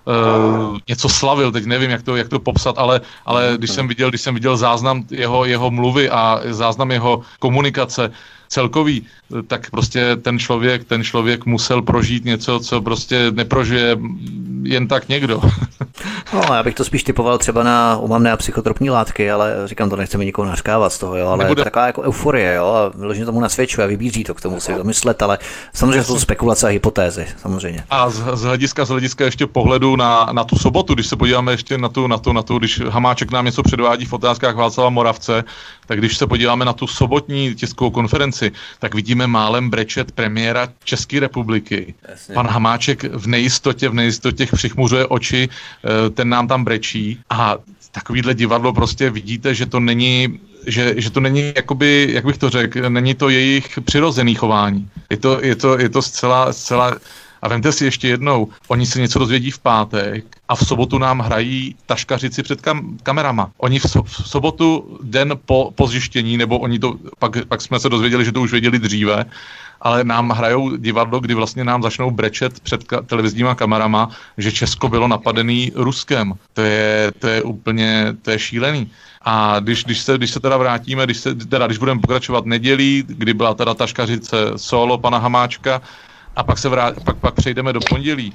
něco slavil, teď nevím, jak to popsat, ale když jsem viděl záznam jeho mluvy a záznam jeho komunikace celkový, tak prostě ten člověk musel prožít něco, co prostě neprožije jen tak někdo. No, já bych to spíš typoval třeba na omamné a psychotropní látky, ale říkám, to nechceme nikoho nařkávat z toho, jo, ale je to taková jako euforie, jo, a vyloženě tomu nasvědčuje a vybízí to k tomu si domyslet, ale samozřejmě to jsou spekulace a hypotézy, samozřejmě. A z hlediska ještě pohledu na tu sobotu, když se podíváme ještě na tu, když Hamáček nám něco předvádí v Otázkách Václava Moravce, tak když se podíváme na tu sobotní tiskovou konferenci, tak vidíme málem brečet premiéra České republiky. Jasně. Pan Hamáček v nejistotě přichmuřuje oči, ten nám tam brečí a takovýhle divadlo prostě vidíte, že to není, že to není jakoby, jak bych to řekl, není to jejich přirozený chování. Je to zcela. A vemte si ještě jednou, oni se něco dozvědí v pátek a v sobotu nám hrají taškařici před kamerama. Oni v sobotu den po zjištění, nebo oni to, pak jsme se dozvěděli, že to už věděli dříve, ale nám hrajou divadlo, kdy vlastně nám začnou brečet před televizníma kamerama, že Česko bylo napadený Ruskem. To je úplně, to je šílený. A když se teda vrátíme, když budeme pokračovat nedělí, kdy byla teda taškařice solo pana Hamáčka, a pak přejdeme do pondělí,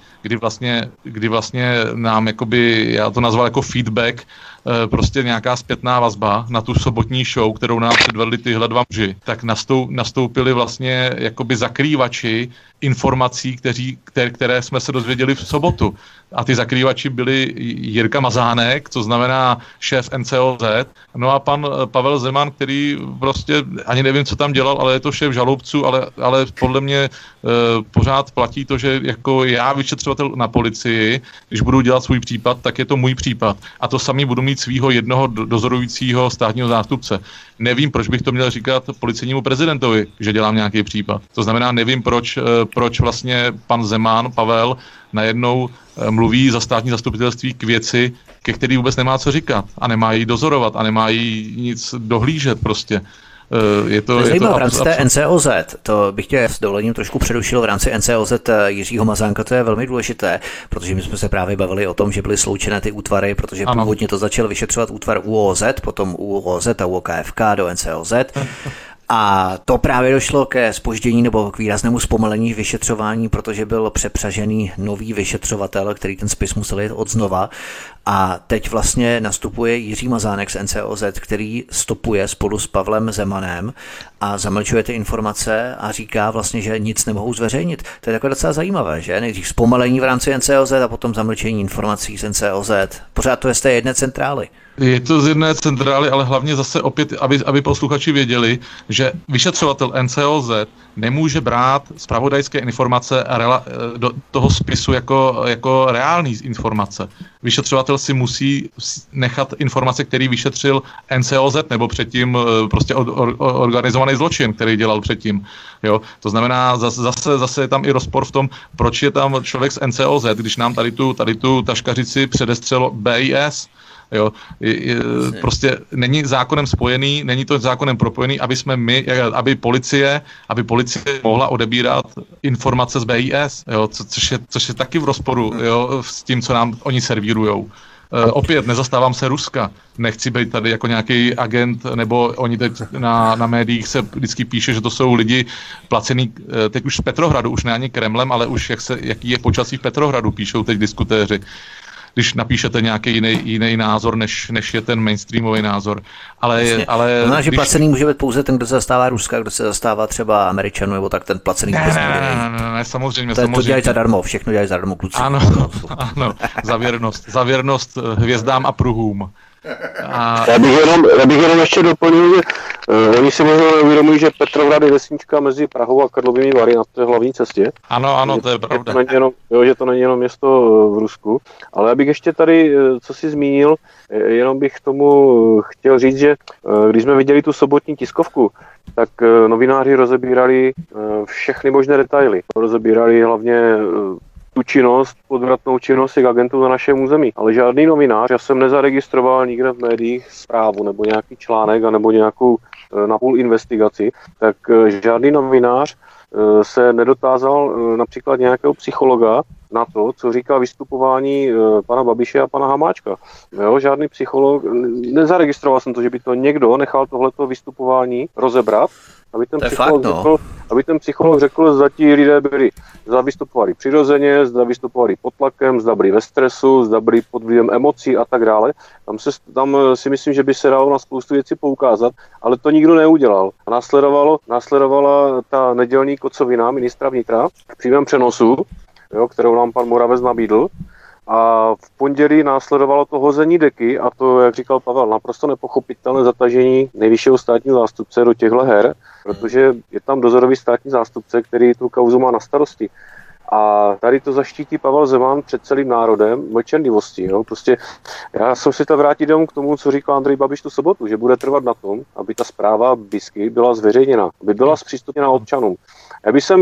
kdy vlastně nám jakoby, já to nazval jako feedback, prostě nějaká zpětná vazba na tu sobotní show, kterou nám předvedli tyhle dva muži, tak nastoupili vlastně jakoby zakrývači informací, které jsme se dozvěděli v sobotu. A ty zakrývači byli Jirka Mazánek, co znamená šéf NCOZ, no a pan Pavel Zeman, který prostě ani nevím, co tam dělal, ale je to šéf žalobců, ale podle mě pořád platí to, že jako já vyšetřovatel na policii, když budu dělat svůj případ, tak je to můj případ. A to samý budu mít svýho jednoho dozorujícího státního zástupce. Nevím, proč bych to měl říkat policejnímu prezidentovi, že dělám nějaký případ. To znamená, nevím, proč vlastně pan Zeman, Pavel, najednou mluví za státní zastupitelství k věci, ke který vůbec nemá co říkat a nemá jí dozorovat a nemá jí nic dohlížet prostě. Je to v rámci té NCOZ, to bych tě s dovolením trošku přerušil, v rámci NCOZ Jiřího Mazánka, to je velmi důležité, protože my jsme se právě bavili o tom, že byly sloučené ty útvary, protože původně to začal vyšetřovat útvar ÚOZ, potom ÚOZ a UOKFK do NCOZ. A to právě došlo ke zpoždění nebo k výraznému zpomalení vyšetřování, protože byl přepřažený nový vyšetřovatel, který ten spis musel jít odznova. A teď vlastně nastupuje Jiří Mazánek z NCOZ, který stopuje spolu s Pavlem Zemanem a zamlčuje ty informace a říká vlastně, že nic nemohou zveřejnit. To je takové docela zajímavé, že? Nejdřív zpomalení v rámci NCOZ a potom zamlčení informací z NCOZ. Pořád to je z té jedné centrály. Je to z jedné centrály, ale hlavně zase opět, aby posluchači věděli, že vyšetřovatel NCOZ nemůže brát zpravodajské informace do toho spisu jako reální informace. Vyšetřovatel si musí nechat informace, který vyšetřil NCOZ nebo předtím prostě organizovaný zločin, který dělal předtím. Jo? To znamená, zase je tam i rozpor v tom, proč je tam člověk z NCOZ, když nám tady tu taškařici předestřelo BIS. Jo, prostě není zákonem spojený, není to zákonem propojený, aby policie mohla odebírat informace z BIS, jo, což je taky v rozporu, jo, s tím, co nám oni servírujou. Opět nezastávám se Ruska, nechci být tady jako nějaký agent, nebo oni teď na médiích se vždycky píše, že to jsou lidi placený teď už z Petrohradu, už ne ani Kremlem, ale už jaký je počasí v Petrohradu, píšou teď diskutéři, když napíšete nějaký jiný názor, než je ten mainstreamový názor. Ale znamená, že placený může být pouze ten, kdo se zastává Ruska, kdo se zastává třeba Američanů, nebo tak ten placený. Ne, samozřejmě. To dělají zadarmo, všechno dělají zadarmo kluci. Ano, za věrnost hvězdám a pruhům. Já bych jenom ještě doplnil, že oni si možná neuvědomují, že Petrohrad je vesnička mezi Prahou a Karlovými Vary na té hlavní cestě. Ano, to je pravda. Že to není jenom město v Rusku. Ale já bych ještě tady, co si zmínil, jenom bych k tomu chtěl říct, že když jsme viděli tu sobotní tiskovku, tak novináři rozebírali všechny možné detaily. Rozebírali hlavně tu činnost, podvratnou činnost těch agentů na našem území. Ale žádný novinář, já jsem nezaregistroval nikde v médiích zprávu nebo nějaký článek nebo nějakou napůl investigaci, tak žádný novinář se nedotázal například nějakého psychologa na to, co říká vystupování pana Babiše a pana Hamáčka. Jo, žádný psycholog, nezaregistroval jsem to, že by to někdo nechal tohleto vystupování rozebrat, aby ten psycholog řekl, zda ti lidé byli, zda vystupovali přirozeně, zda vystupovali pod tlakem, zda byli ve stresu, zda byli pod vlivem emocí a tak dále. Tam si myslím, že by se dalo na spoustu věcí poukázat, ale to nikdo neudělal. A následovala ta nedělní kocovina ministra vnitra v přímém přenosu, jo, kterou nám pan Moravec nabídl. A v pondělí následovalo to hození deky a to, jak říkal Pavel, naprosto nepochopitelné zatažení nejvyššího státního zástupce do těchto her, protože je tam dozorový státní zástupce, který tu kauzu má na starosti. A tady to zaštítí Pavel Zeman před celým národem mlčenlivostí. Jo? Prostě já jsem si to vrátit jenom k tomu, co říkal Andrej Babiš tu sobotu, že bude trvat na tom, aby ta zpráva BISky byla zveřejněna, aby byla zpřístupněna občanům. Já bych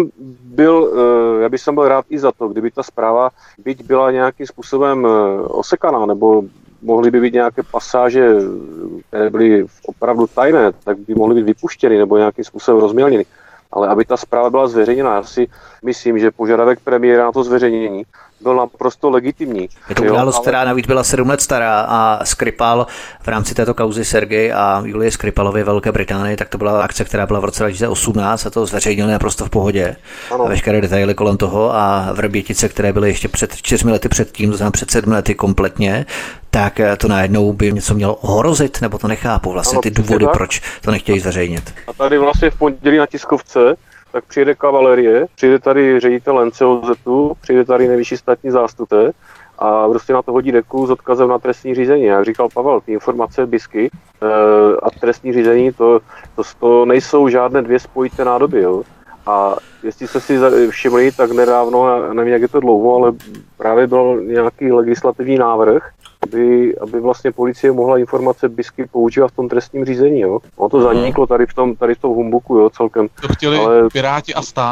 byl rád i za to, kdyby ta zpráva byť byla nějakým způsobem osekaná, nebo mohly by být nějaké pasáže, které byly opravdu tajné, tak by mohly být vypuštěny nebo nějakým způsobem rozmělněny. Ale aby ta zpráva byla zveřejněna, já si myslím, že požadavek premiéra na to zveřejnění byl naprosto legitimní. Je to událost, která navíc byla 7 let stará a Skripal v rámci této kauzy Sergej a Julie Skripalovi Velké Británii, tak to byla akce, která byla v roce 2018 a to zveřejnili naprosto v pohodě. Ano. A veškeré detaily kolem toho a Vrbětice, které byly ještě před 4 lety předtím, to znamená před 7 lety kompletně, tak to najednou by něco mělo ohrozit, nebo to nechápu vlastně ty důvody, proč to nechtějí zveřejnit. A tady vlastně v pondělí na tiskovce tak přijede kavalerie, přijde tady ředitel NCOZ, přijde tady nejvyšší státní zástupce a prostě na to hodí deku s odkazem na trestní řízení. Jak říkal Pavel, ty informace BISky a trestní řízení, to nejsou žádné dvě spojité nádoby. Jo? A jestli jste si všimli, tak nedávno, nevím, jak je to dlouho, ale právě byl nějaký legislativní návrh, aby vlastně policie mohla informace BISky používat v tom trestním řízení. Jo? Ono to zaniklo tady v tom humbuku, jo, celkem. To chtěli Piráti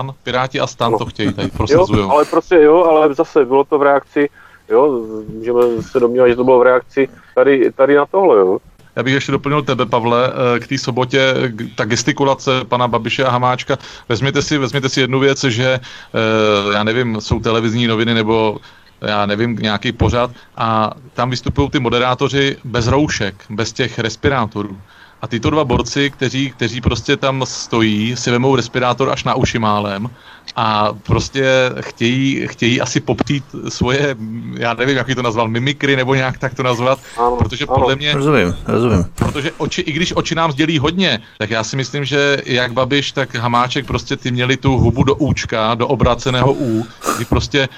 a Stan to chtějí tady prosazujou. Ale zase bylo to v reakci, jo, můžeme se domnívat, že to bylo v reakci tady na tohle, jo. Já bych ještě doplnil tebe, Pavle, k té sobotě, ta gestikulace pana Babiše a Hamáčka. Vezměte si jednu věc, že já nevím, jsou televizní noviny nebo já nevím, nějaký pořad a tam vystupují ty moderátoři bez roušek, bez těch respirátorů. A tyto dva borci, kteří prostě tam stojí, si vemou respirátor až na uši málem a prostě chtějí asi poptít svoje, já nevím, jak to nazval, mimikry nebo nějak tak to nazvat, protože podle mě... Rozumím. Protože i když oči nám sdělí hodně, tak já si myslím, že jak Babiš, tak Hamáček prostě ty měli tu hubu do účka, do obráceného U, kdy prostě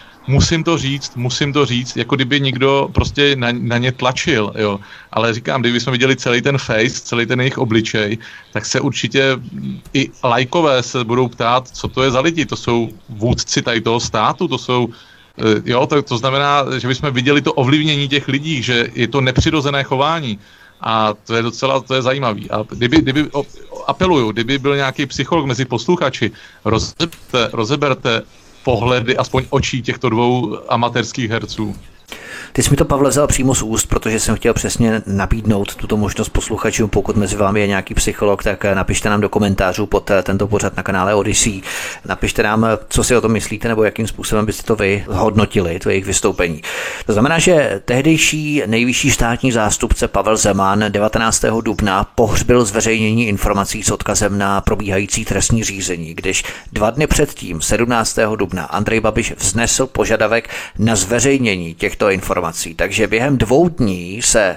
musím to říct, jako kdyby někdo prostě na ně tlačil, jo. Ale říkám, kdyby jsme viděli celý ten face, celý ten jejich obličej, tak se určitě i lajkové se budou ptát, co to je za lidi, to jsou vůdci tady toho státu, to jsou, jo, to znamená, že bychom viděli to ovlivnění těch lidí, že je to nepřirozené chování. A to je zajímavý. A kdyby byl nějaký psycholog mezi posluchači, rozeberte pohledy, aspoň očí těchto dvou amatérských herců. Ty jsi mi to, Pavle, vzal přímo z úst, protože jsem chtěl přesně nabídnout tuto možnost posluchačům. Pokud mezi vámi je nějaký psycholog, tak napište nám do komentářů pod tento pořad na kanále Odyssey. Napište nám, co si o tom myslíte, nebo jakým způsobem byste to vy hodnotili, to jejich vystoupení. To znamená, že tehdejší nejvyšší státní zástupce Pavel Zeman 19. dubna pohřbil zveřejnění informací s odkazem na probíhající trestní řízení, když 2 dny předtím, 17. dubna, Andrej Babiš vznesl požadavek na zveřejnění těchto informací. Takže během 2 dní se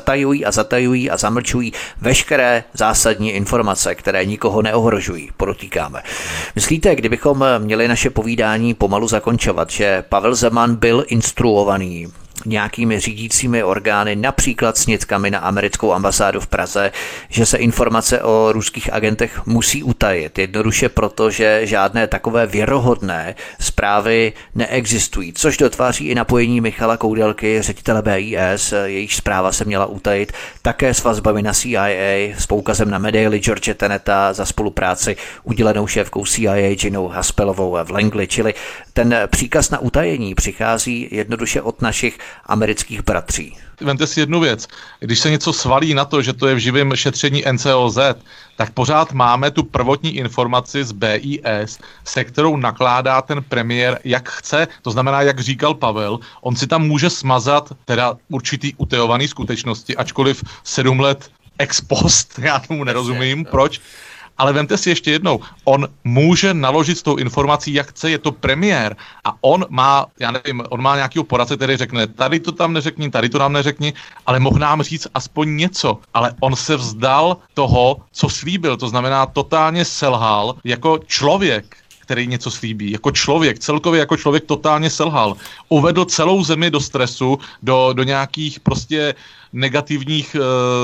zatajují a zamlčují veškeré zásadní informace, které nikoho neohrožují, podotýkáme. Myslíte, kdybychom měli naše povídání pomalu zakončovat, že Pavel Zeman byl instruovaný nějakými řídícími orgány, například sňatkami na americkou ambasádu v Praze, že se informace o ruských agentech musí utajit, jednoduše proto, že žádné takové věrohodné zprávy neexistují, což dotváří i napojení Michala Koudelky, ředitele BIS, jejíž zpráva se měla utajit, také s vazbami na CIA, s poukazem na medaili George Teneta za spolupráci udělenou šéfkou CIA Ginou Haspelovou v Langley, čili ten příkaz na utajení přichází jednoduše od našich amerických bratří. Vemte si jednu věc. Když se něco svalí na to, že to je v živém šetření NCOZ, tak pořád máme tu prvotní informaci z BIS, se kterou nakládá ten premiér jak chce. To znamená, jak říkal Pavel, on si tam může smazat teda určitý utajovaný skutečnosti, ačkoliv 7 let ex post, já tomu nerozumím, proč. Ale vemte si ještě jednou, on může naložit s tou informací, jak chce, je to premiér a on má, já nevím, on má nějakýho poradce, který řekne, tady to tam neřekni, tady to nám neřekni, ale mohl nám říct aspoň něco. Ale on se vzdal toho, co slíbil, to znamená totálně selhal jako člověk, který něco slíbí. Jako člověk, celkově jako člověk totálně selhal. Uvedl celou zemi do stresu, do nějakých prostě negativních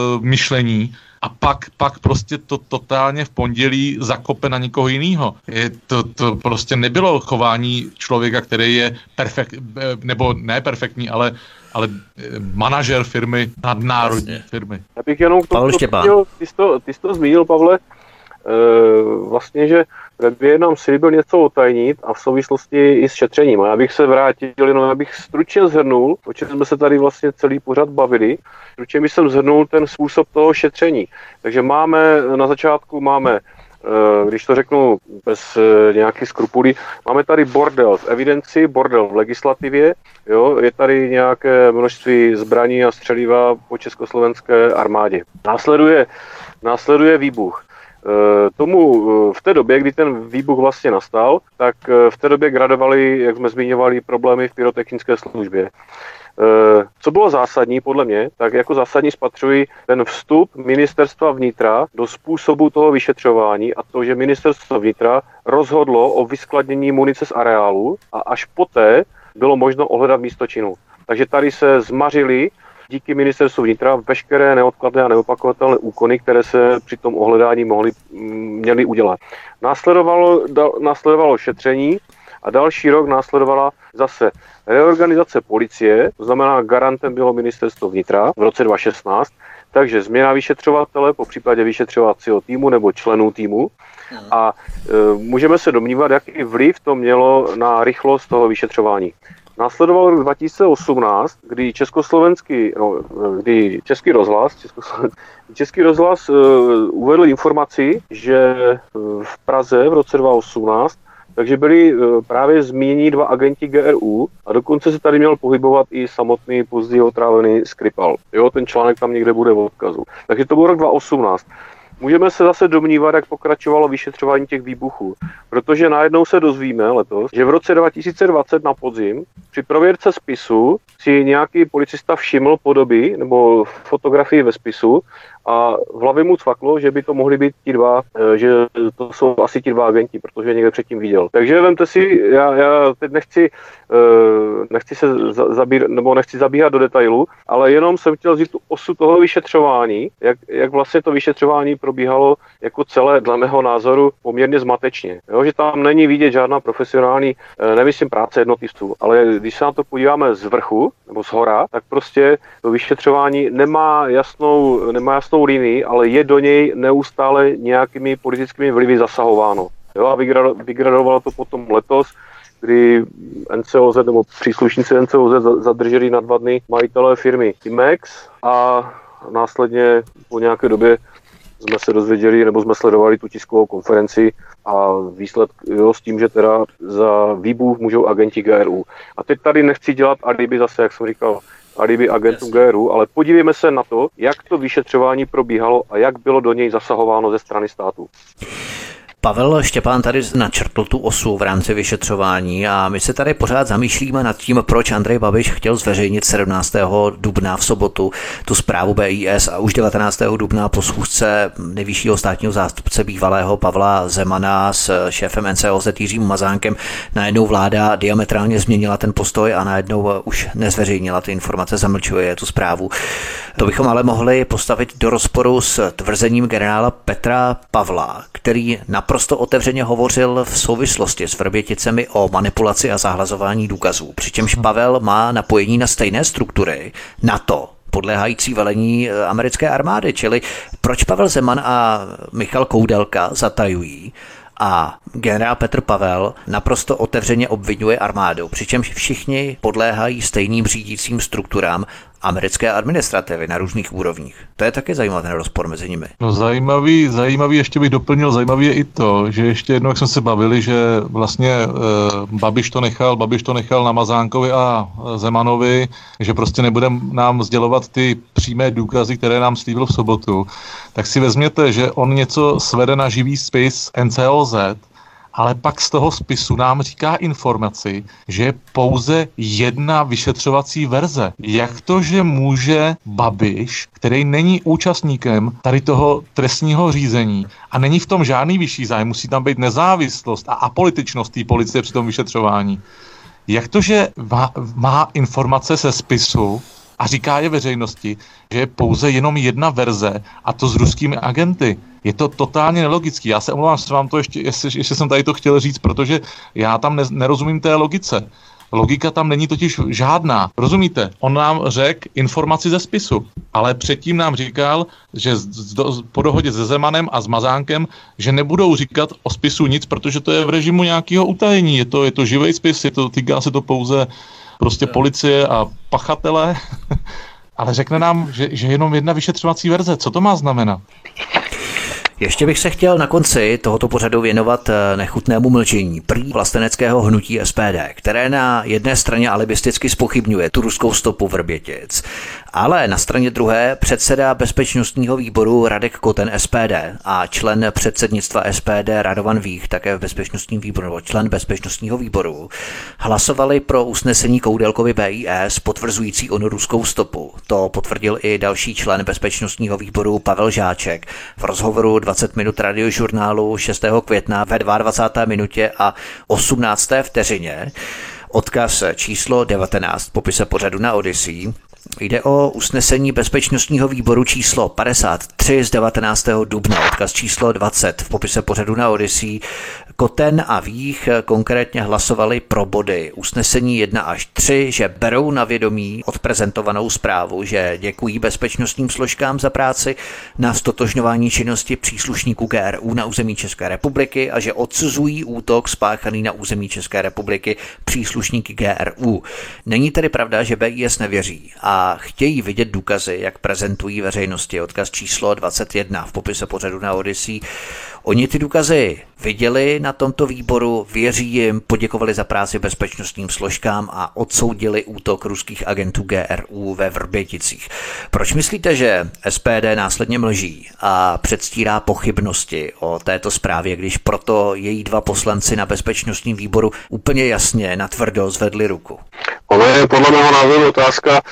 myšlení a pak prostě to totálně v pondělí zakope na někoho jiného. To prostě nebylo chování člověka, který je nebo ne perfektní, ale manažer firmy, nadnárodní firmy. Já bych jenom k tomu ty jsi to zmínil, Pavle, vlastně, že premiér nám slíbil něco otajnit a v souvislosti i s šetřením. A já bych se vrátil, jenom abych stručně shrnul, o čem jsme se tady vlastně celý pořad bavili, stručně bych jsem shrnul ten způsob toho šetření. Takže na začátku máme, když to řeknu bez nějakých skrupulí, máme tady bordel v evidenci, bordel v legislativě, jo, je tady nějaké množství zbraní a střeliva po československé armádě. Následuje výbuch. V té době, kdy ten výbuch vlastně nastal, tak v té době gradovaly, jak jsme zmiňovali, problémy v pyrotechnické službě. Co bylo zásadní podle mě, tak jako zásadní spatřuji ten vstup ministerstva vnitra do způsobu toho vyšetřování a to, že ministerstvo vnitra rozhodlo o vyskladnění munice z areálu a až poté bylo možno ohledat místo činu. Takže tady se zmařily díky ministerstvu vnitra veškeré neodkladné a neopakovatelné úkony, které se při tom ohledání měly udělat. Následovalo šetření a další rok následovala zase reorganizace policie, to znamená garantem bylo ministerstvo vnitra v roce 2016, takže změna vyšetřovatele, po případě vyšetřovacího týmu nebo členů týmu a můžeme se domnívat, jaký vliv to mělo na rychlost toho vyšetřování. Následoval rok 2018, kdy Český rozhlas uvedl informaci, že v Praze v roce 2018 takže byli právě zmíněni 2 agenti GRU a dokonce se tady měl pohybovat i samotný později otrávený Skripal. Jo, ten článek tam někde bude v odkazu. Takže to byl rok 2018. Můžeme se zase domnívat, jak pokračovalo vyšetřování těch výbuchů, protože najednou se dozvíme letos, že v roce 2020 na podzim při prověrce spisu si nějaký policista všiml podoby nebo fotografii ve spisu a v hlavě mu cvaklo, že by to mohli být ti 2, že to jsou asi ti 2 agenti, protože je někde předtím viděl. Takže vemte si, já teď nechci zabíhat do detailu, ale jenom jsem chtěl říct tu osu toho vyšetřování, jak vlastně to vyšetřování probíhalo jako celé, dle mého názoru, poměrně zmatečně. Jo, že tam není vidět žádná profesionální, nemyslím práce jednotlivců, ale když se na to podíváme z vrchu nebo z hora, tak prostě to vyšetřování nemá jasnou linii, ale je do něj neustále nějakými politickými vlivy zasahováno. Jo, a vygradovalo to potom letos, kdy NCOZ nebo příslušníci NCOZ zadrželi na 2 dny majitele firmy Imex a následně po nějaké době jsme se dozvěděli, nebo jsme sledovali tu tiskovou konferenci a výsledek s tím, že teda za výbuch můžou agenti GRU. A teď tady nechci dělat alibi zase, jak jsem říkal, alibi agentů GRU, ale podívejme se na to, jak to vyšetřování probíhalo a jak bylo do něj zasahováno ze strany státu. Pavel Štěpán tady načrtl tu osu v rámci vyšetřování a my se tady pořád zamýšlíme nad tím, proč Andrej Babiš chtěl zveřejnit 17. dubna v sobotu tu zprávu BIS a už 19. dubna po schůzce nejvyššího státního zástupce bývalého Pavla Zemana s šéfem NCOZ Jiřím Mazánkem najednou vláda diametrálně změnila ten postoj a najednou už nezveřejnila ty informace, zamlčuje tu zprávu. To bychom ale mohli postavit do rozporu s tvrzením generála Petra Pavla, který naprosto otevřeně hovořil v souvislosti s Vrběticemi o manipulaci a zahlazování důkazů. Přičemž Pavel má napojení na stejné struktury NATO, podléhající velení americké armády. Čili proč Pavel Zeman a Michal Koudelka zatajují a generál Petr Pavel naprosto otevřeně obviňuje armádu, přičemž všichni podléhají stejným řídícím strukturám americké administrativy na různých úrovních. To je taky zajímavý ten rozpor mezi nimi. No zajímavý, ještě bych doplnil, zajímavý je i to, že ještě jednou, jak jsme se bavili, že vlastně Babiš to nechal na Mazánkovi a Zemanovi, že prostě nebude nám sdělovat ty přímé důkazy, které nám slíbil v sobotu, tak si vezměte, že on něco svede na živý spis NCOZ, ale pak z toho spisu nám říká informaci, že je pouze jedna vyšetřovací verze. Jak to, že může Babiš, který není účastníkem tady toho trestního řízení a není v tom žádný vyšší zájem, musí tam být nezávislost a apolitičnost té policie při tom vyšetřování. Jak to, že má informace ze spisu a říká je veřejnosti, že je pouze jenom jedna verze a to s ruskými agenty. Je to totálně nelogický. Já se omlouvám, že vám to ještě jsem tady to chtěl říct, protože já tam nerozumím té logice. Logika tam není totiž žádná. Rozumíte? On nám řekl informaci ze spisu, ale předtím nám říkal, že po dohodě se Zemanem a s Mazánkem, že nebudou říkat o spisu nic, protože to je v režimu nějakého utajení. Je to živý spis, týká se to pouze prostě policie a pachatele, ale řekne nám, že jenom jedna vyšetřovací verze. Co to má znamenat? Ještě bych se chtěl na konci tohoto pořadu věnovat nechutnému mlčení prý vlasteneckého hnutí SPD, které na jedné straně alibisticky zpochybňuje tu ruskou stopu Vrbětic, ale na straně druhé předseda bezpečnostního výboru Radek Koten SPD a člen předsednictva SPD Radovan Vích, také v bezpečnostním výboru, nebo člen bezpečnostního výboru, hlasovali pro usnesení Koudelkovy BIS potvrzující onu ruskou stopu. To potvrdil i další člen bezpečnostního výboru Pavel Žáček v rozhovoru 20 minut radiožurnálu 6. května ve 22. minutě a 18. vteřině. Odkaz číslo 19 v popise pořadu na Odyssey. Jde o usnesení bezpečnostního výboru číslo 53 z 19. dubna, odkaz číslo 20 v popise pořadu na Odyssey. Koten a Vích konkrétně hlasovali pro body usnesení 1 až 3, že berou na vědomí odprezentovanou zprávu, že děkují bezpečnostním složkám za práci na ztotožňování činnosti příslušníků GRU na území České republiky a že odsuzují útok spáchaný na území České republiky příslušníky GRU. Není tedy pravda, že BIS nevěří a chtějí vidět důkazy, jak prezentují veřejnosti. Odkaz číslo 21 v popise pořadu na Odyssey. Oni ty důkazy viděli na tomto výboru, věří jim, poděkovali za práci bezpečnostním složkám a odsoudili útok ruských agentů GRU ve Vrběticích. Proč myslíte, že SPD následně mlží a předstírá pochybnosti o této zprávě, když proto její 2 poslanci na bezpečnostním výboru úplně jasně natvrdo zvedli ruku? Ono je podle mého názoru otázka,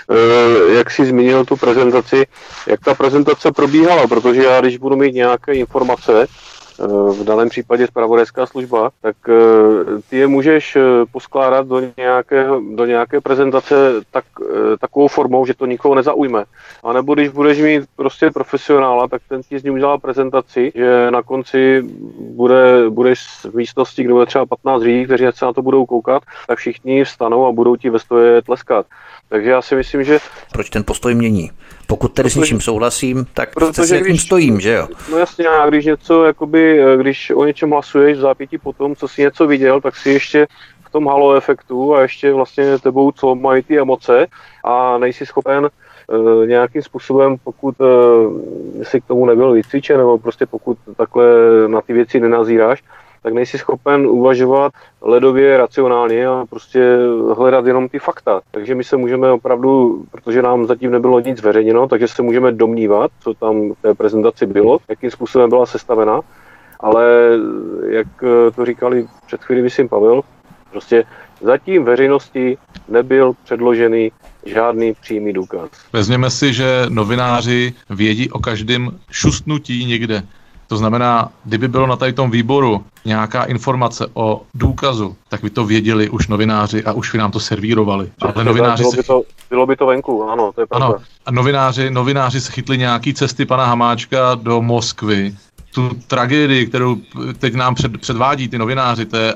jak jsi zmínil tu prezentaci, jak ta prezentace probíhala, protože já, když budu mít nějaké informace, v daném případě zpravodajská služba, tak ty je můžeš poskládat do nějaké prezentace takovou formou, že to nikoho nezaujme. A nebo když budeš mít prostě profesionála, tak ten ti z ní udělá prezentaci, že na konci budeš v místnosti, kde bude třeba 15 lidí, kteří se na to budou koukat, tak všichni vstanou a budou ti ve stoje tleskat. Takže já si myslím, že... Proč ten postoj mění? Pokud tedy s něčím souhlasím, tak přece si tím stojím, že jo? No jasně, a když o něčem hlasuješ v zápětí potom, co jsi něco viděl, tak si ještě v tom halo efektu a ještě vlastně tebou, co mají ty emoce a nejsi schopen nějakým způsobem, pokud si k tomu nebyl vycvičen, nebo prostě pokud takhle na ty věci nenazíráš, tak nejsi schopen uvažovat ledově racionálně a prostě hledat jenom ty fakta. Takže my se můžeme opravdu, protože nám zatím nebylo nic zveřejněno, takže se můžeme domnívat, co tam v té prezentaci bylo, jakým způsobem byla sestavena, ale jak to říkali před chvíli, myslím, Pavel, prostě zatím veřejnosti nebyl předložený žádný přímý důkaz. Vezměme si, že novináři vědí o každém šustnutí někde. To znamená, kdyby bylo na tady tom výboru nějaká informace o důkazu, tak by to věděli už novináři a už by nám to servírovali. Ale novináři bylo by to venku, ano, to je pravda. Ano, a novináři se chytli nějaký cesty pana Hamáčka do Moskvy. Tu tragédii, kterou teď nám předvádí ty novináři, to je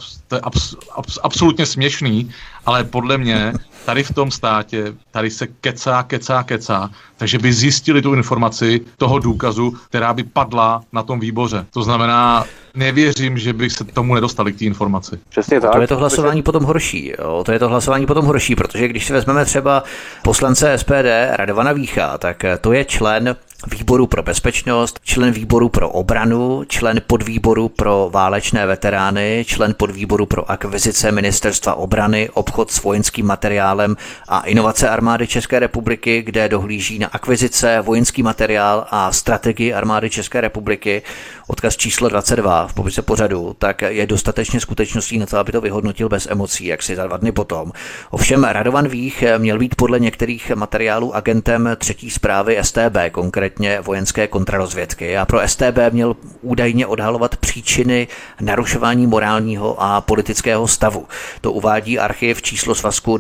absolutně směšný, ale podle mě tady v tom státě, tady se kecá, takže by zjistili tu informaci toho důkazu, která by padla na tom výboře. To znamená, nevěřím, že bych se tomu nedostali k té informaci. Přesně tak. To je to hlasování potom horší. To je to hlasování potom horší, protože když si vezmeme třeba poslance SPD Radovana Vícha, tak to je člen výboru pro bezpečnost, člen výboru pro obranu, člen podvýboru pro válečné veterány, člen podvýboru pro akvizice Ministerstva obrany, obchod s vojenským materiálem a inovace armády České republiky, kde dohlíží na akvizice, vojenský materiál a strategii armády České republiky. Odkaz číslo 22 v popise pořadu, tak je dostatečně skutečností na to, aby to vyhodnotil bez emocí, jak si za 2 dny potom. Ovšem Radovan Vích měl být podle některých materiálů agentem třetí zprávy StB, konkrétně vojenské kontrarozvědky, a pro StB měl údajně odhalovat příčiny narušování morálního a politického stavu. To uvádí archiv číslo svazku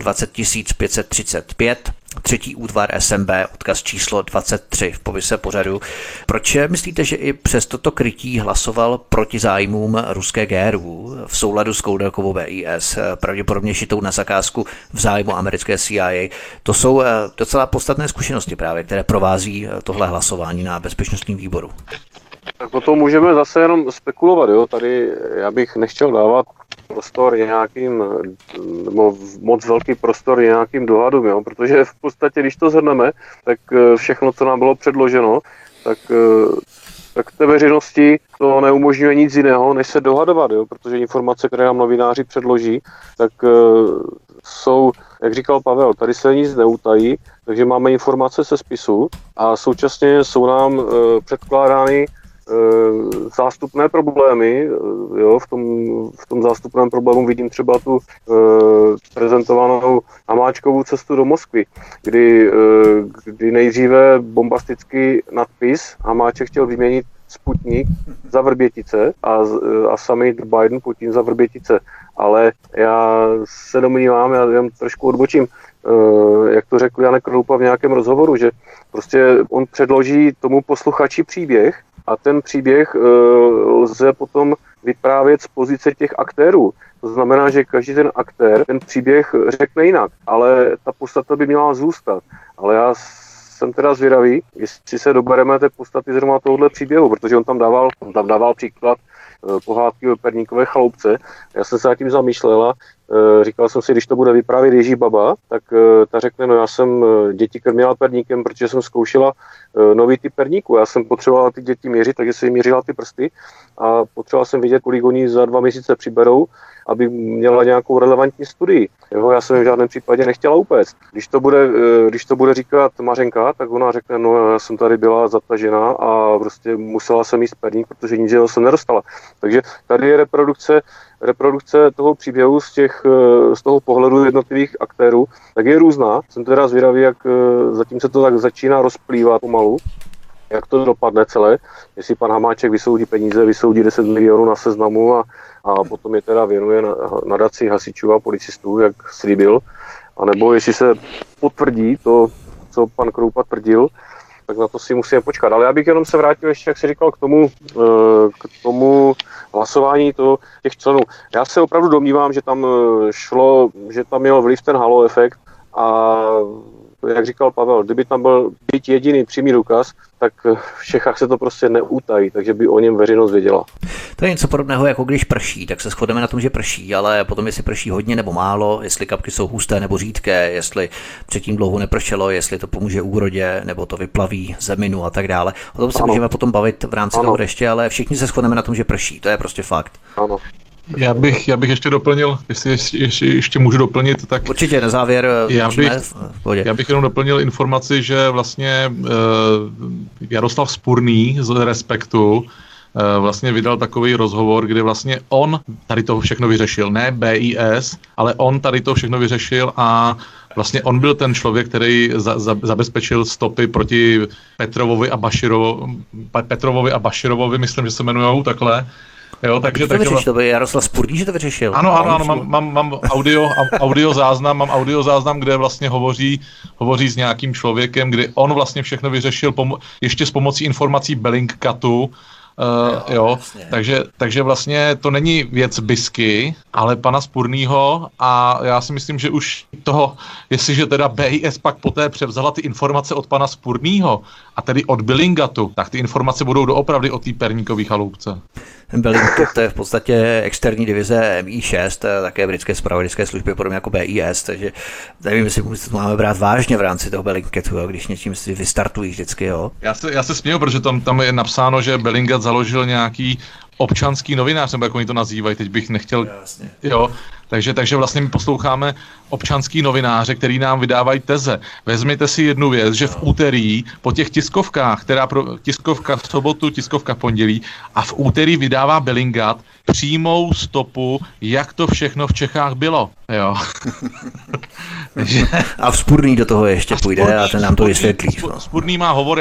20535, třetí útvar SMB, odkaz číslo 23 v popise pořadu. Proč myslíte, že i přes toto krytí hlasoval proti zájmům ruské GRU v souladu s Koudelkovou BIS, pravděpodobně šitou na zakázku v zájmu americké CIA? To jsou docela podstatné zkušenosti právě, které provází tohle hlasování na bezpečnostním výboru. Tak potom můžeme zase jenom spekulovat, jo. Tady já bych nechtěl dávat prostor nějakým, nebo moc velký prostor nějakým dohadům, jo, protože v podstatě, když to shrneme, tak všechno, co nám bylo předloženo, tak té veřejnosti to neumožňuje nic jiného, než se dohadovat, jo, protože informace, které nám novináři předloží, tak jsou, jak říkal Pavel, tady se nic neutají, takže máme informace se spisu a současně jsou nám předkládány zástupné problémy, jo, v tom zástupném problému vidím třeba tu prezentovanou Hamáčkovou cestu do Moskvy, kdy nejdříve bombastický nadpis Hamáček chtěl vyměnit Sputnik za Vrbětice a summit Biden-Putin za Vrbětice. Ale já se domnívám, já jen trošku odbočím, jak to řekl Janek Kroupa v nějakém rozhovoru, že prostě on předloží tomu posluchači příběh a ten příběh lze potom vyprávět z pozice těch aktérů. To znamená, že každý ten aktér ten příběh řekne jinak, ale ta podstata by měla zůstat. Ale já jsem teda zvědavý, jestli se dobereme té podstaty zrovna tohohle příběhu, protože on tam dával příklad pohádky o perníkové chaloupce. Já jsem se tím zamýšlela, říkal jsem si, když to bude vyprávět Jiří Baba, tak ta řekne, no já jsem děti krmila perníkem, protože jsem zkoušela nový typ perníku. Já jsem potřebovala ty děti měřit, takže jsem jim měřila ty prsty a potřebovala jsem vidět, kolik oni za 2 měsíce přiberou, aby měla nějakou relevantní studii. Jo, já jsem jim v žádném případě nechtěla upéct. Když to bude říkat Mařenka, tak ona řekne, no já jsem tady byla zatažena a prostě musela jsem jíst perník, protože nic jiného jsem nedostala. Takže tady je reprodukce toho příběhu z toho pohledu jednotlivých aktérů, tak je různá. Jsem teda zvědavý, jak zatím se to tak začíná rozplývat pomalu, jak to dopadne celé, jestli pan Hamáček vysoudí peníze, vysoudí 10 milionů na Seznamu a potom je teda věnuje nadaci hasičů a policistů, jak slíbil, anebo jestli se potvrdí to, co pan Kroupa tvrdil, tak na to si musíme počkat. Ale já bych jenom se vrátil ještě, jak jsi říkal, k tomu hlasování těch členů. Já se opravdu domnívám, že tam měl vliv ten halo efekt a jak říkal Pavel, kdyby tam byl byť jediný přímý důkaz, tak v Čechách se to prostě neutají, takže by o něm veřejnost věděla. To je něco podobného, jako když prší, tak se shodneme na tom, že prší, ale potom jestli prší hodně nebo málo, jestli kapky jsou husté nebo řídké, jestli předtím dlouho nepršelo, jestli to pomůže úrodě, nebo to vyplaví zeminu a tak dále. O tom se můžeme potom bavit v rámci toho deště, ale všichni se shodneme na tom, že prší, to je prostě fakt. Ano. Já bych ještě doplnil, jestli ještě můžu doplnit, tak... Určitě, na závěr já bych jenom doplnil informaci, že vlastně Jaroslav Spurný z Respektu vlastně vydal takový rozhovor, kde vlastně on tady to všechno vyřešil, ne BIS, ale on tady to všechno vyřešil a vlastně on byl ten člověk, který zabezpečil stopy proti Petrovovi a Baširovovi, myslím, že se jmenujou takhle. Jo, takže to by Jaroslav Spurný, že to vyřešil. Ano, mám audio záznam, kde vlastně hovoří s nějakým člověkem, kdy on vlastně všechno vyřešil ještě s pomocí informací Bellingcatu. Takže vlastně to není věc Bisky, ale pana Spurnýho a já si myslím, že už toho, jestliže teda BIS pak poté převzala ty informace od pana Spurnýho a tedy od Bellingcatu, tak ty informace budou doopravdy o té perníkové chaloupce. Bellingcat to je v podstatě externí divize MI6, také britské zpravodajské služby, podobně jako BIS, takže nevím, jestli to máme brát vážně v rámci toho Bellingcatu, když něčím si vystartují vždycky, jo. Já se směju, protože tam je napsáno, že Bellingcat založil nějaký občanský novinář, nebo jak oni to nazývají, teď bych nechtěl, jo, takže vlastně my posloucháme občanský novináře, který nám vydávají teze. Vezměte si jednu věc, že v úterý po těch tiskovkách, tiskovka v sobotu, tiskovka v pondělí a v úterý vydává Bellingcat přímou stopu, jak to všechno v Čechách bylo. Jo. A Spurný do toho ještě půjde a ten nám to vysvětlí. Spurný má hovor,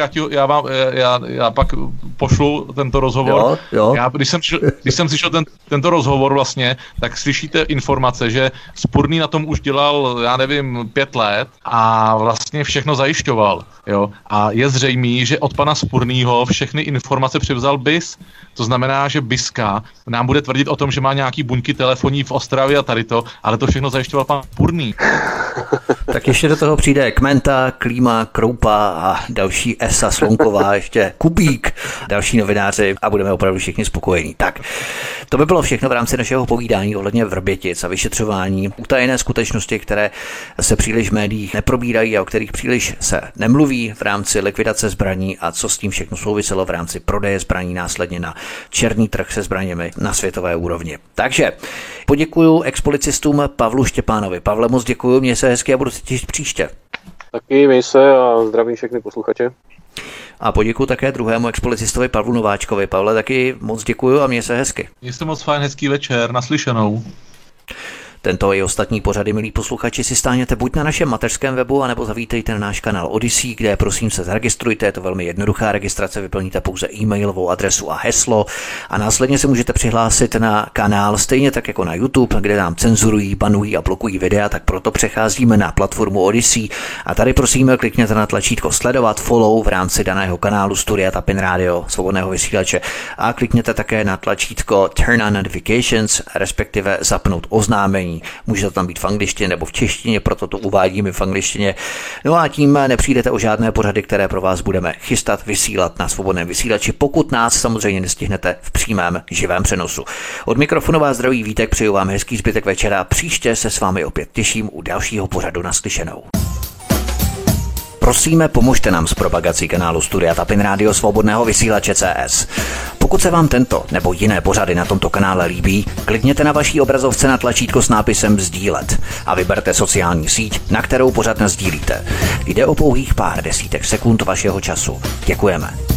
já pak pošlu tento rozhovor. Jo. Když jsem slyšel tento rozhovor vlastně, tak slyšíte informace, že Spurný na tom už dělal, já nevím, 5 let a vlastně všechno zajišťoval. Jo. A je zřejmý, že od pana Spurnýho všechny informace převzal BIS. To znamená, že BISka nám bude tvrdit o tom, že má nějaký buňky telefonní v Ostravě a tady to, ale to všechno zajišťoval pan Spurný. Tak ještě do toho přijde Kmenta, Klíma, Kroupa a další Esa Slonková, ještě Kubík, další novináři a budeme opravdu všichni spokojení. Tak, to by bylo všechno v rámci našeho povídání ohledně Vrbětic a vyšetřování utajené skutečnosti, které se příliš v médiích neprobírají a o kterých příliš se nemluví v rámci likvidace zbraní a co s tím všechno souviselo v rámci prodeje zbraní následně na černý trh se zbraněmi na světové úrovni. Takže poděkuju expolicistům Pavlu Štěpánovi. Pavle, moc děkuju, měj se hezky a budu se těšit příště. Taky měj se a zdravím všechny posluchače. A poděkuju také druhému expolicistovi Pavlu Nováčkovi. Pavle, taky moc děkuju a měj se hezky. Měj se moc fajn, hezký večer, naslyšenou. Tento i ostatní pořady, milí posluchači, si stáhněte buď na našem mateřském webu, anebo zavítejte na náš kanál Odyssey, kde prosím se zaregistrujte, je to velmi jednoduchá registrace, vyplníte pouze e-mailovou adresu a heslo a následně se můžete přihlásit na kanál stejně tak jako na YouTube, kde nám cenzurují, banují a blokují videa, tak proto přecházíme na platformu Odyssey a tady prosím klikněte na tlačítko sledovat, follow v rámci daného kanálu Studia Tapin Radio, svobodného vysílače a klikněte také na tlačítko Turn on Notifications, respektive zapnout oznámení. Může to tam být v angličtině nebo v češtině, proto to uvádíme v angličtině. No a tím nepřijdete o žádné pořady, které pro vás budeme chystat, vysílat na svobodném vysílači, pokud nás samozřejmě nestihnete v přímém živém přenosu. Od mikrofonu vás zdraví Vítek, přeju vám hezký zbytek večera. Příště se s vámi opět těším u dalšího pořadu naslyšenou. Prosíme, pomožte nám s propagací kanálu Studia Tapin Radio svobodného vysílače CS. Pokud se vám tento nebo jiné pořady na tomto kanále líbí, klikněte na vaší obrazovce na tlačítko s nápisem sdílet a vyberte sociální síť, na kterou pořad nasdílíte. Jde o pouhých pár desítek sekund vašeho času. Děkujeme.